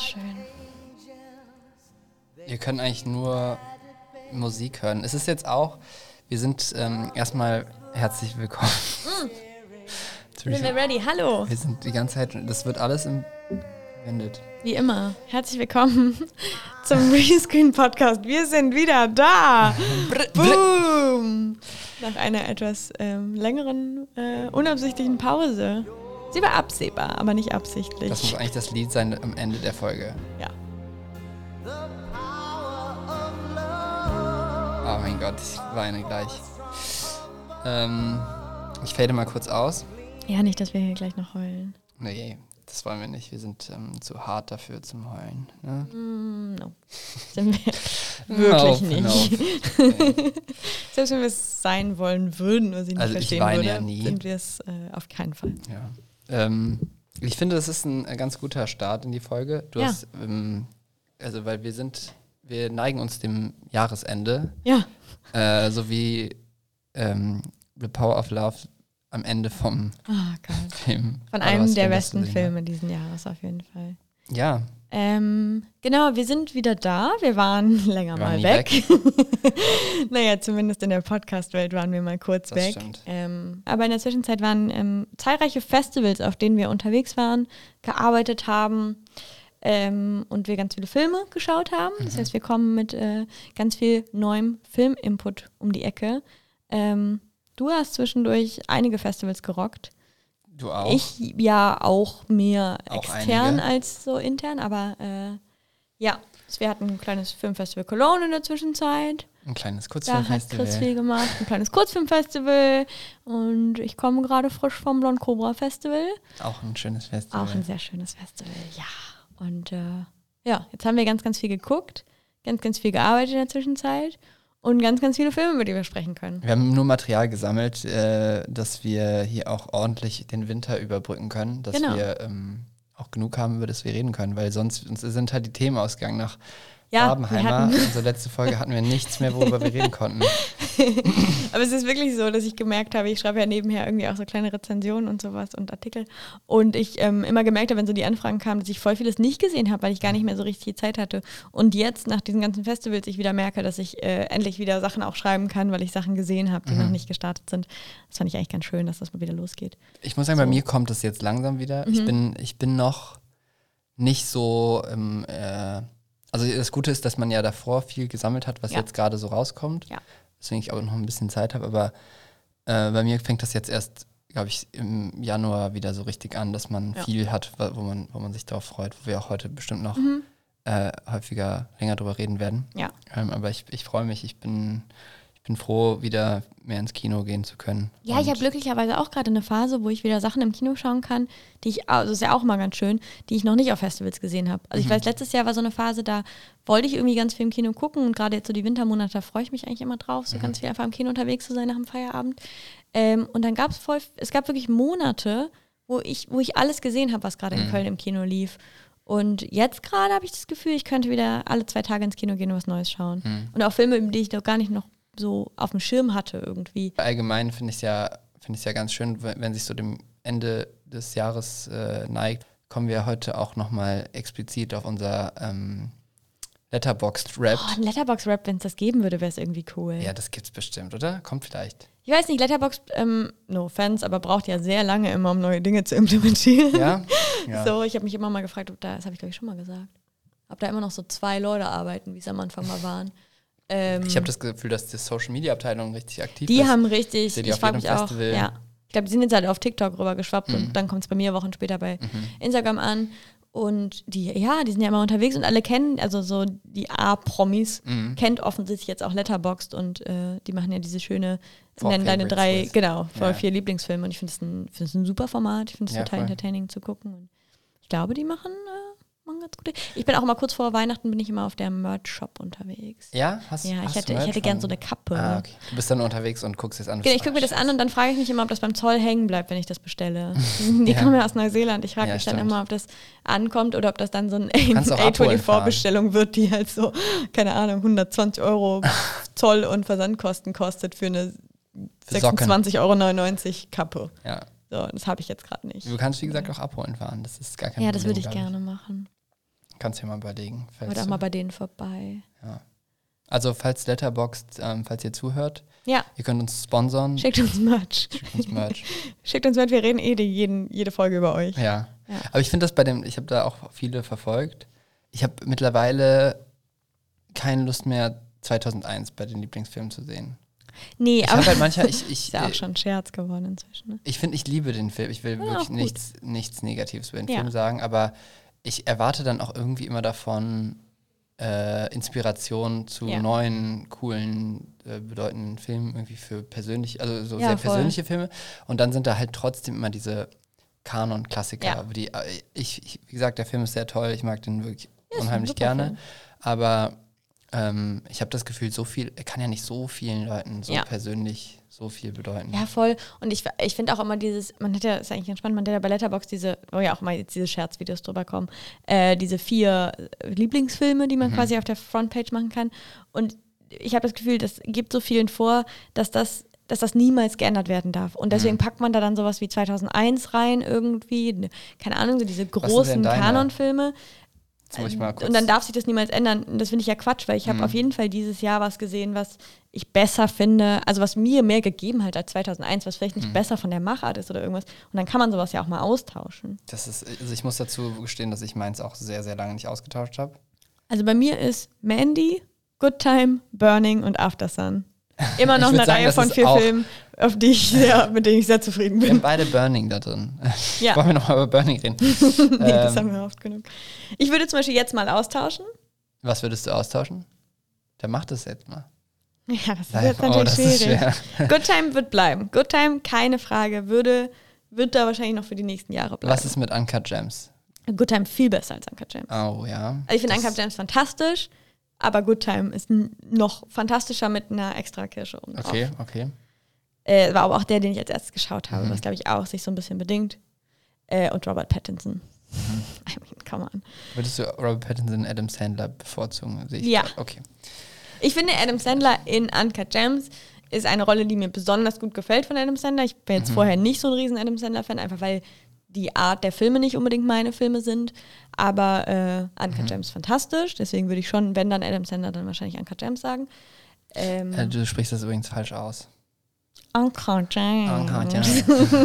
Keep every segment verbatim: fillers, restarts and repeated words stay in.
ganz schön. Wir können eigentlich nur Musik hören. Es ist jetzt auch, wir sind ähm, erstmal herzlich willkommen. Mm. Sind wir ready? Hallo. Wir sind die ganze Zeit, das wird alles im verwendet. Wie immer, herzlich willkommen zum Rescreen Podcast. Wir sind wieder da. Boom. Nach einer etwas ähm, längeren, äh, unabsichtlichen Pause. Sie war absehbar, aber nicht absichtlich. Das muss eigentlich das Lied sein am Ende der Folge. Ja. Oh mein Gott, ich weine gleich. Ähm, ich fade mal kurz aus. Ja, nicht, dass wir hier gleich noch heulen. Nee, das wollen wir nicht. Wir sind ähm, zu hart dafür zum Heulen. Ne? Mm, no. Sind wir wirklich nope, nicht. Nope. Okay. Selbst wenn wir es sein wollen würden, was ich nicht Also ich verstehen weine würde, ja nie. sind wir es äh, auf keinen Fall. Ja. Ähm, ich finde, das ist ein äh, ganz guter Start in die Folge. Du Ja. hast, ähm, also weil wir sind, wir neigen uns dem Jahresende. Ja. Äh, so wie ähm, The Power of Love am Ende vom Oh Gott. Film. Von Oder einem was der Film, das besten du gesehen Filme diesen Jahres auf jeden Fall. hast. Ja. Ähm, genau, wir sind wieder da. Wir waren länger Wir waren mal nie weg. Naja, zumindest in der Podcast-Welt waren wir mal kurz Das weg. stimmt. Ähm, aber in der Zwischenzeit waren ähm, zahlreiche Festivals, auf denen wir unterwegs waren, gearbeitet haben ähm, und wir ganz viele Filme geschaut haben. Das Mhm. heißt, wir kommen mit äh, ganz viel neuem Filminput um die Ecke. Ähm, du hast zwischendurch einige Festivals gerockt. Du auch? Ich ja auch mehr Auch extern einige. als so intern, aber äh, ja, wir hatten ein kleines Filmfestival Cologne in der Zwischenzeit. Ein kleines Da hat Chris viel Kurzfilmfestival. gemacht, ein kleines Kurzfilmfestival und ich komme gerade frisch vom Blond Cobra Festival. Auch ein schönes Festival. Auch ein sehr schönes Festival, ja. Und äh, ja, jetzt haben wir ganz, ganz viel geguckt, ganz, ganz viel gearbeitet in der Zwischenzeit und ganz, ganz viele Filme, über die wir sprechen können. Wir haben nur Material gesammelt, äh, dass wir hier auch ordentlich den Winter überbrücken können, dass Genau. wir ähm, auch genug haben, über das wir reden können, weil sonst uns sind halt die Themen ausgegangen. Nach Ja, wir Barbenheimer, hatten- unsere letzte Folge, hatten wir nichts mehr, worüber wir reden konnten. Aber es ist wirklich so, dass ich gemerkt habe, ich schreibe ja nebenher irgendwie auch so kleine Rezensionen und sowas und Artikel. Und ich ähm, immer gemerkt habe, wenn so die Anfragen kamen, dass ich voll vieles nicht gesehen habe, weil ich gar nicht mehr so richtig die Zeit hatte. Und jetzt, nach diesen ganzen Festivals, ich wieder merke, dass ich äh, endlich wieder Sachen auch schreiben kann, weil ich Sachen gesehen habe, die Mhm. noch nicht gestartet sind. Das fand ich eigentlich ganz schön, dass das mal wieder losgeht. Ich muss sagen, So. bei mir kommt es jetzt langsam wieder. Ich, Mhm. bin, ich bin noch nicht so, ähm, äh, also das Gute ist, dass man ja davor viel gesammelt hat, was Ja. jetzt gerade so rauskommt. Ja. Deswegen ich auch noch ein bisschen Zeit habe, aber äh, bei mir fängt das jetzt erst, glaube ich, im Januar wieder so richtig an, dass man Ja. viel hat, wa- wo man, wo man sich darauf freut, wo wir auch heute bestimmt noch Mhm. äh, häufiger länger drüber reden werden. Ja. Ähm, aber ich, ich freue mich, ich bin, ich bin froh, wieder mehr ins Kino gehen zu können. Ja, ich Und- habe glücklicherweise auch gerade eine Phase, wo ich wieder Sachen im Kino schauen kann, die ich, also ist ja auch mal ganz schön, die ich noch nicht auf Festivals gesehen habe. Also ich Mhm. weiß, letztes Jahr war so eine Phase, da wollte ich irgendwie ganz viel im Kino gucken und gerade jetzt so die Wintermonate, da freue ich mich eigentlich immer drauf, so Mhm. ganz viel einfach im Kino unterwegs zu sein nach dem Feierabend. Ähm, und dann gab es voll, es gab wirklich Monate, wo ich, wo ich alles gesehen habe, was gerade in Mhm. Köln im Kino lief. Und jetzt gerade habe ich das Gefühl, ich könnte wieder alle zwei Tage ins Kino gehen und was Neues schauen. Mhm. Und auch Filme, die ich noch gar nicht noch so auf dem Schirm hatte irgendwie. Allgemein finde ich es ja, finde ich ja ganz schön, wenn, wenn sich so dem Ende des Jahres äh, neigt, kommen wir heute auch nochmal explizit auf unser ähm, Letterboxd-Rap. Oh, ein Letterboxd-Rap, wenn es das geben würde, wäre es irgendwie cool. Ja, das gibt's bestimmt, oder? Kommt vielleicht. Ich weiß nicht, Letterboxd, ähm, no offense, aber braucht ja sehr lange immer, um neue Dinge zu implementieren. Ja? Ja. So, ich habe mich immer mal gefragt, ob da, das habe ich glaube ich schon mal gesagt, ob da immer noch so zwei Leute arbeiten, wie es am Anfang mal waren. Ähm, Ich habe das Gefühl, dass die Social-Media-Abteilung richtig aktiv die ist. haben richtig, Ich sehe die ich auf frage jedem mich auch, Festival. ja. Ich glaube, die sind jetzt halt auf TikTok rüber geschwappt Mhm. und dann kommt es bei mir Wochen später bei Mhm. Instagram an. Und die, ja, die sind ja immer unterwegs und alle kennen, also so die A-Promis, Mhm. kennt offensichtlich jetzt auch Letterboxd und äh, die machen ja diese schöne, Four nennen deine Favorites drei, List. genau, voll Ja. vier Lieblingsfilme und ich finde es ein, find es ein super Format, ich finde es Ja, total voll. entertaining zu gucken und ich glaube, die machen, äh, machen ganz gute. Ich bin auch immer kurz vor Weihnachten, bin ich immer auf der Merch-Shop unterwegs. Ja? Hast, Ja, hast ich hätte, du ich hätte Merch gern von- so eine Kappe. Ah, okay. Du bist dann unterwegs und guckst jetzt an. Genau, ich gucke mir das an und dann frage ich mich immer, ob das beim Zoll hängen bleibt, wenn ich das bestelle. Die Ja. kommen ja aus Neuseeland. Ich frage Ja, mich dann stimmt. immer, ob das ankommt oder ob das dann so eine Kannst auch A abholen vierundzwanzig-Bestellung wird, die halt so, keine Ahnung, hundertzwanzig Euro Zoll und Versandkosten kostet für eine Für Socken. sechsundzwanzig Euro neunundneunzig Kappe. Ja. So, das habe ich jetzt gerade nicht. Du kannst, wie gesagt, auch abholen fahren. Das ist gar kein Ja, Problem. das würde ich glaub gerne machen. Kannst du dir mal überlegen. Oder auch mal bei denen vorbei. Ja. Also falls Letterboxd, ähm, falls ihr zuhört, ja. ihr könnt uns sponsern. Schickt uns Merch. Schickt uns Merch. Schickt uns Merch, wir reden eh die, jeden, jede Folge über euch. Ja. ja. Aber ich finde das bei dem, ich habe da auch viele verfolgt. Ich habe mittlerweile keine Lust mehr, zweitausendeins bei den Lieblingsfilmen zu sehen. Nee, ich aber halt manchmal, ich, ich, ist ja auch schon ein Scherz geworden inzwischen. Ne? Ich finde, ich liebe den Film. Ich will ja, wirklich nichts, nichts Negatives über den ja. Film sagen, aber ich erwarte dann auch irgendwie immer davon äh, Inspiration zu ja. neuen, coolen, äh, bedeutenden Filmen, irgendwie für persönlich, also so ja, sehr voll. persönliche Filme. Und dann sind da halt trotzdem immer diese Kanon-Klassiker. Ja. Die, ich, ich, wie gesagt, der Film ist sehr toll, ich mag den wirklich ja, unheimlich gerne. Film. Aber ähm, ich habe das Gefühl, so viel, er kann ja nicht so vielen Leuten so ja. persönlich so viel bedeuten. Ja, voll. Und ich, ich finde auch immer dieses, man hat ja, ist eigentlich ganz spannend, man hat ja bei Letterboxd diese, wo ja auch mal jetzt diese Scherzvideos drüber kommen, äh, diese vier Lieblingsfilme, die man mhm. quasi auf der Frontpage machen kann. Und ich habe das Gefühl, das gibt so vielen vor, dass das dass das niemals geändert werden darf. Und deswegen mhm. packt man da dann sowas wie zweitausendeins rein irgendwie, keine Ahnung, so diese großen Kanonfilme. Und dann darf sich das niemals ändern. Und das finde ich ja Quatsch, weil ich habe mhm. auf jeden Fall dieses Jahr was gesehen, was ich besser finde, also was mir mehr gegeben hat als zweitausendeins, was vielleicht nicht mhm. besser von der Machart ist oder irgendwas. Und dann kann man sowas ja auch mal austauschen. Das ist, also ich muss dazu gestehen, dass ich meins auch sehr, sehr lange nicht ausgetauscht habe. Also bei mir ist Mandy, Good Time, Burning und After Sun. Immer noch eine sagen, Reihe von vier Filmen, auf die ich sehr, mit denen ich sehr zufrieden bin. Wir haben beide Burning da drin. Ja. Wollen wir nochmal über Burning reden? nee, ähm, das haben wir oft genug. Ich würde zum Beispiel jetzt mal austauschen. Was würdest du austauschen? Der macht das jetzt mal. Ja, das ist Live. jetzt natürlich oh, das schwierig. Ist schwer. Good Time wird bleiben. Good Time, keine Frage, würde, wird da wahrscheinlich noch für die nächsten Jahre bleiben. Was ist mit Uncut Gems? Good Time viel besser als Uncut Gems. Oh ja. Also ich finde Uncut Gems fantastisch. Aber Good Time ist n- noch fantastischer mit einer extra Kirsche. Okay, drauf. okay. Äh, war aber auch der, den ich als erstes geschaut habe, mhm. was glaube ich auch sich so ein bisschen bedingt. Äh, und Robert Pattinson. Mhm. I mean, come on. Würdest du Robert Pattinson und Adam Sandler bevorzugen? Sehe ich ja. grad. Okay. Ich finde, Adam Sandler in Uncut Gems ist eine Rolle, die mir besonders gut gefällt von Adam Sandler. Ich bin jetzt mhm. vorher nicht so ein riesen Adam Sandler-Fan, einfach weil die Art der Filme nicht unbedingt meine Filme sind, aber äh, Uncut mhm. Gems fantastisch, deswegen würde ich schon, wenn dann Adam Sandler, dann wahrscheinlich Uncut Gems sagen. Ähm, äh, du sprichst das übrigens falsch aus. Uncut Gems. Uncut Gems.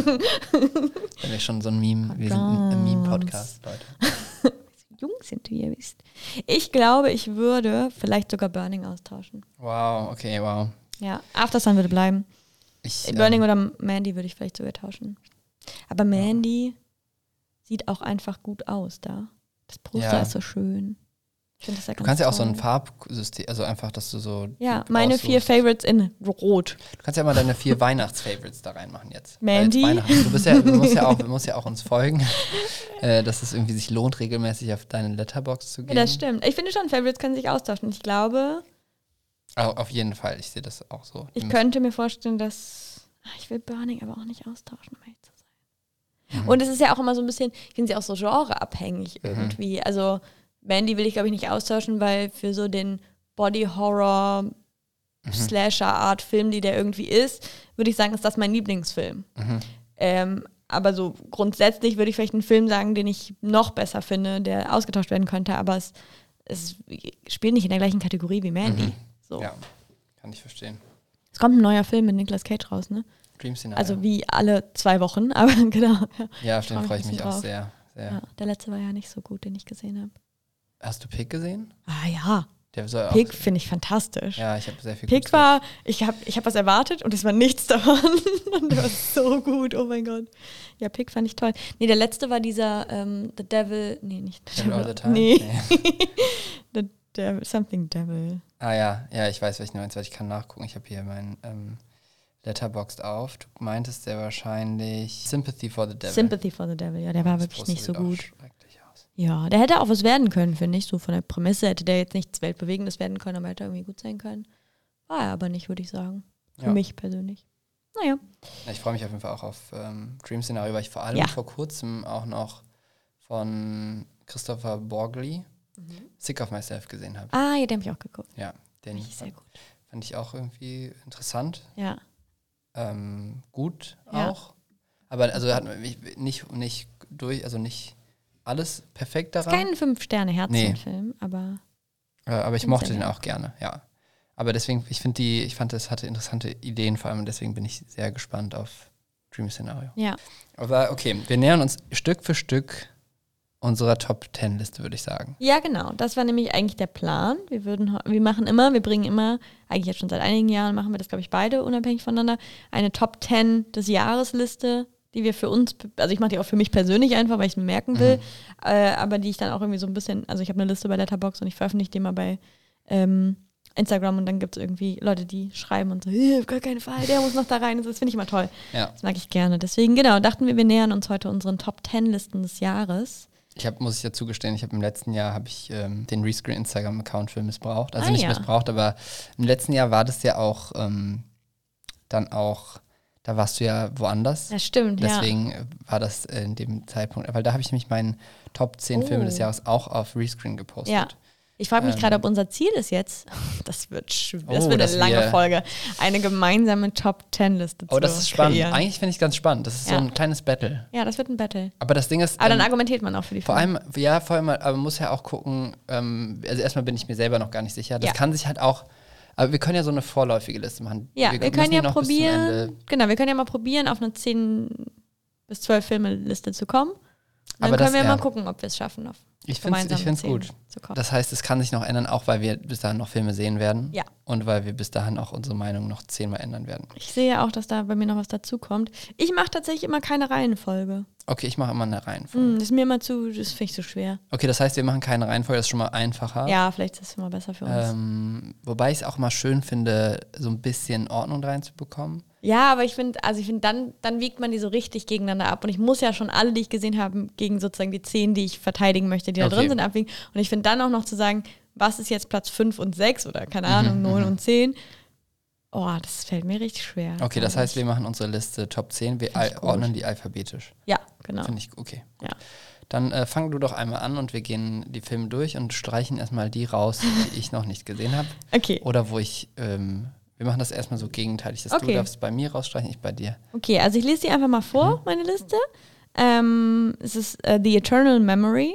Wenn wir schon so ein Meme, wir sind ein Meme-Podcast, Leute. Jung sind wir, ihr wisst. Ich glaube, ich würde vielleicht sogar Burning austauschen. Wow, okay, wow. Ja, After Sun würde bleiben. Ich, Burning ähm, oder Mandy würde ich vielleicht sogar tauschen. Aber Mandy ja. sieht auch einfach gut aus da. Das Poster ja. ist so schön. Ich finde das ja ganz Du kannst ja auch toll. so ein Farbsystem, also einfach, dass du so... Ja, meine vier Favorites in Rot. Du kannst ja mal deine vier Weihnachts-Favorites da reinmachen jetzt. Mandy. Jetzt du, bist ja, du, musst ja auch, du musst ja auch uns folgen, äh, dass es irgendwie sich lohnt, regelmäßig auf deine Letterboxd zu gehen. Ja, das stimmt. Ich finde schon, Favorites können sich austauschen. Ich glaube... Oh, auf jeden Fall, ich sehe das auch so. Ich könnte mir vorstellen, dass... Ich will Burning aber auch nicht austauschen, um ehrlich zu sein. Mhm. Und es ist ja auch immer so ein bisschen, ich finde sie auch so genreabhängig mhm. irgendwie. Also Mandy will ich, glaube ich, nicht austauschen, weil für so den Body-Horror mhm. Slasher-Art-Film, die der irgendwie ist, würde ich sagen, ist das mein Lieblingsfilm. Mhm. Ähm, aber so grundsätzlich würde ich vielleicht einen Film sagen, den ich noch besser finde, der ausgetauscht werden könnte, aber es, es spielt nicht in der gleichen Kategorie wie Mandy. Mhm. So. Ja, kann ich verstehen. Es kommt ein neuer Film mit Nicolas Cage raus, ne? Dream Scenario. Also wie alle zwei Wochen, aber genau. Ja, ja auf den freue ich mich auch sehr. sehr. Ja, der letzte war ja nicht so gut, den ich gesehen habe. Hast du Pig gesehen? Ah ja. Der soll Pig finde ich fantastisch. Ja, ich habe sehr viel Pig war, ich habe ich hab was erwartet und es war nichts davon. Und der war so gut, oh mein Gott. Ja, Pig fand ich toll. Nee, der letzte war dieser ähm, The Devil, nee, nicht The Devil. All the time? Nee. nee. The Devil, Something Devil. Ah ja, ja, ich weiß, welchen du meinst, weil ich kann nachgucken. Ich habe hier meinen ähm, Letterboxd auf. Du meintest der wahrscheinlich Sympathy for the Devil. Sympathy for the Devil, ja, der war das wirklich nicht so gut. Aus. Ja, der hätte auch was werden können, finde ich. So von der Prämisse hätte der jetzt nichts Weltbewegendes werden können, aber hätte irgendwie gut sein können. War er aber nicht, würde ich sagen. Für ja. mich persönlich. Naja. Ja, ich freue mich auf jeden Fall auch auf ähm, Dream Scenario, weil ich vor allem ja. vor kurzem auch noch von Christopher Borgli mhm. Sick of Myself gesehen habe. Ah, ja, den habe ich auch geguckt. Ja, den ich sehr gut. fand ich auch irgendwie interessant. Ja. Ähm, gut ja. auch. Aber also hat mich nicht, nicht durch, also nicht alles perfekt daran. Kein Fünf-Sterne-Herzen-Film, nee. aber äh, aber ich mochte den auch gerne, ja. Aber deswegen, ich finde die, ich fand, es hatte interessante Ideen vor allem und deswegen bin ich sehr gespannt auf Dream Scenario. Ja. Aber okay, wir nähern uns Stück für Stück unserer Top-Ten-Liste, würde ich sagen. Ja, genau. Das war nämlich eigentlich der Plan. Wir würden, wir machen immer, wir bringen immer, eigentlich jetzt schon seit einigen Jahren machen wir das, glaube ich, beide unabhängig voneinander, eine Top-Ten des Jahresliste, die wir für uns, also ich mache die auch für mich persönlich einfach, weil ich es mir merken will, mhm. äh, aber die ich dann auch irgendwie so ein bisschen, also ich habe eine Liste bei Letterboxd und ich veröffentliche die mal bei ähm, Instagram und dann gibt es irgendwie Leute, die schreiben und so, auf gar keinen Fall, der muss noch da rein. Das finde ich immer toll. Ja. Das mag ich gerne. Deswegen, genau, dachten wir, wir nähern uns heute unseren Top-Ten-Listen des Jahres. Ich habe, muss ich dazu gestehen, ich habe im letzten Jahr habe ich ähm, den Rescreen Instagram-Account für missbraucht. Also ah, nicht ja. missbraucht, aber im letzten Jahr war das ja auch ähm, dann auch, da warst du ja woanders. Das stimmt, Deswegen ja. war das in dem Zeitpunkt, weil da habe ich nämlich meinen Top zehn oh. Filme des Jahres auch auf Rescreen gepostet. Ja. Ich frage mich ähm, gerade, ob unser Ziel ist jetzt, das wird, schw- oh, das wird eine lange wir, Folge, eine gemeinsame Top-Ten-Liste zu Oh, das ist spannend. kreieren. Eigentlich finde ich es ganz spannend. Das ist ja. so ein kleines Battle. Ja, das wird ein Battle. Aber das Ding ist... Aber ähm, dann argumentiert man auch für die Vor Filme. allem, ja, vor allem, aber man muss ja auch gucken, ähm, also erstmal bin ich mir selber noch gar nicht sicher. Das ja. kann sich halt auch, aber wir können ja so eine vorläufige Liste machen. Ja, wir, wir können ja probieren, bis genau, wir können ja mal probieren, auf eine zehn bis zwölf Filme-Liste zu kommen. Dann aber können das, wir ja. mal gucken, ob wir es schaffen. Auf ich finde es ich find's gut. Das heißt, es kann sich noch ändern, auch weil wir bis dahin noch Filme sehen werden. Ja. Und weil wir bis dahin auch unsere Meinung noch zehnmal ändern werden. Ich sehe auch, dass da bei mir noch was dazukommt. Ich mache tatsächlich immer keine Reihenfolge. Okay, ich mache immer eine Reihenfolge. Mm, das ist mir immer zu, das finde ich so schwer. Okay, das heißt, wir machen keine Reihenfolge, das ist schon mal einfacher. Ja, vielleicht ist es immer besser für uns. Ähm, wobei ich es auch mal schön finde, so ein bisschen Ordnung reinzubekommen. Ja, aber ich finde, also ich finde, dann, dann wiegt man die so richtig gegeneinander ab. Und ich muss ja schon alle, die ich gesehen habe, gegen sozusagen die zehn, die ich verteidigen möchte, die da okay. drin sind, abwiegen. Und ich finde dann auch noch zu sagen, was ist jetzt Platz fünf und sechs oder keine Ahnung, neun und zehn. Oh, das fällt mir richtig schwer. Okay, das heißt, wir machen unsere Liste Top zehn, wir al- ordnen die alphabetisch. Ja, genau. Finde ich, okay. Gut. Ja. Dann äh, fang du doch einmal an und wir gehen die Filme durch und streichen erstmal die raus, die ich noch nicht gesehen habe. Okay. Oder wo ich, ähm, wir machen das erstmal so gegenteilig, dass okay. du darfst bei mir rausstreichen, ich bei dir. Okay, also ich lese die einfach mal vor, mhm. meine Liste. Ähm, es ist uh, The Eternal Memory.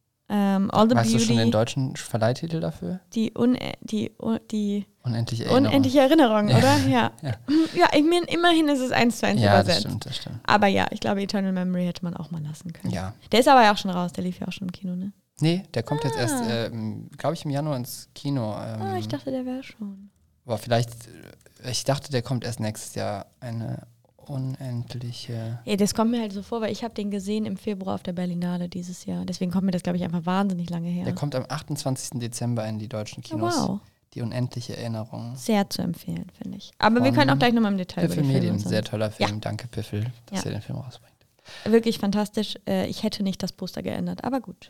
Um, All the weißt Beauty, du schon den deutschen Verleihtitel dafür? Die, un- die, un- die Unendliche Erinnerung. Unendliche Erinnerung, ja. oder? Ja. Ja, ja ich meine, immerhin ist es eins zu eins ja, übersetzt. das stimmt, das stimmt. Aber ja, ich glaube, Eternal Memory hätte man auch mal lassen können. Ja. Der ist aber ja auch schon raus, der lief ja auch schon im Kino, ne? Nee, der kommt ah. jetzt erst, ähm, glaube ich, im Januar ins Kino. Ähm, ah, ich dachte, der wäre schon. Aber vielleicht, ich dachte, der kommt erst nächstes Jahr. Eine unendliche... Ja, das kommt mir halt so vor, weil ich habe den gesehen im Februar auf der Berlinale dieses Jahr. Deswegen kommt mir das, glaube ich, einfach wahnsinnig lange her. Der kommt am achtundzwanzigsten Dezember in die deutschen Kinos. Oh, wow. Die unendliche Erinnerung. Sehr zu empfehlen, finde ich. Aber wir können auch gleich nochmal im Detail Piffel über die Filme Medien, sehr toller Film. Ja. Danke, Piffel, dass ja. ihr den Film rausbringt. Wirklich fantastisch. Ich hätte nicht das Poster geändert, aber gut.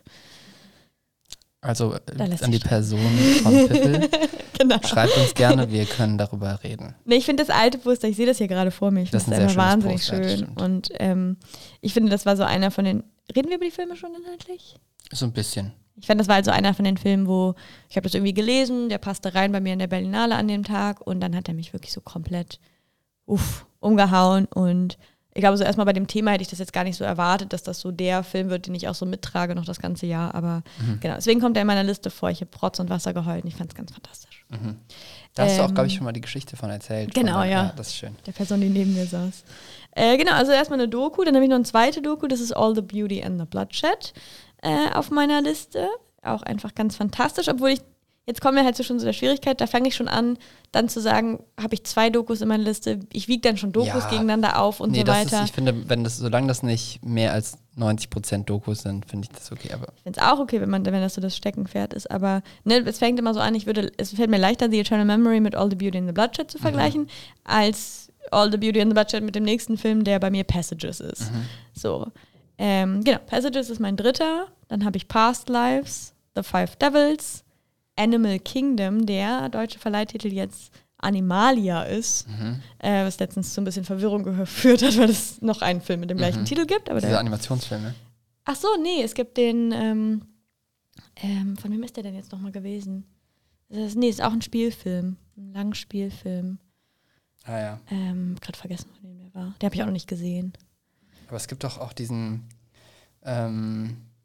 Also an die Person von Piffel. Genau. Schreibt uns gerne, wir können darüber reden. Nee, ich finde das alte Poster, ich sehe das hier gerade vor mir, ich finde das, das einfach wahnsinnig Poster, schön. Und ähm, ich finde, das war so einer von den. Reden wir über die Filme schon inhaltlich? So ein bisschen. Ich fand, das war halt so einer von den Filmen, wo ich habe das irgendwie gelesen, der passte rein bei mir in der Berlinale an dem Tag und dann hat er mich wirklich so komplett uff, umgehauen und ich glaube, so erstmal bei dem Thema hätte ich das jetzt gar nicht so erwartet, dass das so der Film wird, den ich auch so mittrage noch das ganze Jahr. Aber mhm. genau, deswegen kommt er in meiner Liste vor. Ich habe Rotz und Wasser geheult und ich fand es ganz fantastisch. Mhm. Da hast ähm, du auch, glaube ich, schon mal die Geschichte von erzählt. Genau, von der, ja. ja. Das ist schön. Der Person, die neben mir saß. Äh, genau, also erstmal eine Doku, dann habe ich noch eine zweite Doku, das ist All the Beauty and the Bloodshed äh, auf meiner Liste. Auch einfach ganz fantastisch, obwohl ich jetzt kommen wir halt so schon zu der Schwierigkeit, da fange ich schon an, dann zu sagen, habe ich zwei Dokus in meiner Liste, ich wiege dann schon Dokus ja, gegeneinander auf und nee, so weiter. Das ist, ich finde, wenn das, solange das nicht mehr als neunzig Prozent Dokus sind, finde ich das okay. Aber ich finde es auch okay, wenn man, wenn das so das Steckenpferd ist, aber ne, es fängt immer so an, ich würde, es fällt mir leichter, The Eternal Memory mit All the Beauty and the Bloodshed zu vergleichen, mhm. als All the Beauty and the Bloodshed mit dem nächsten Film, der bei mir Passages ist. Mhm. So, ähm, genau, Passages ist mein dritter, dann habe ich Past Lives, The Five Devils, Animal Kingdom, der deutsche Verleihtitel jetzt Animalia ist, mhm. äh, was letztens zu ein bisschen Verwirrung geführt hat, weil es noch einen Film mit dem gleichen mhm. Titel gibt. Aber Diese der, Animationsfilme? Ach so, nee, es gibt den, ähm, ähm, von wem ist der denn jetzt nochmal gewesen? Das ist, nee, ist auch ein Spielfilm, ein Langspielfilm. Ah ja. Ähm, gerade vergessen, von wem der war. Den habe ich auch noch nicht gesehen. Aber es gibt doch auch diesen, ähm,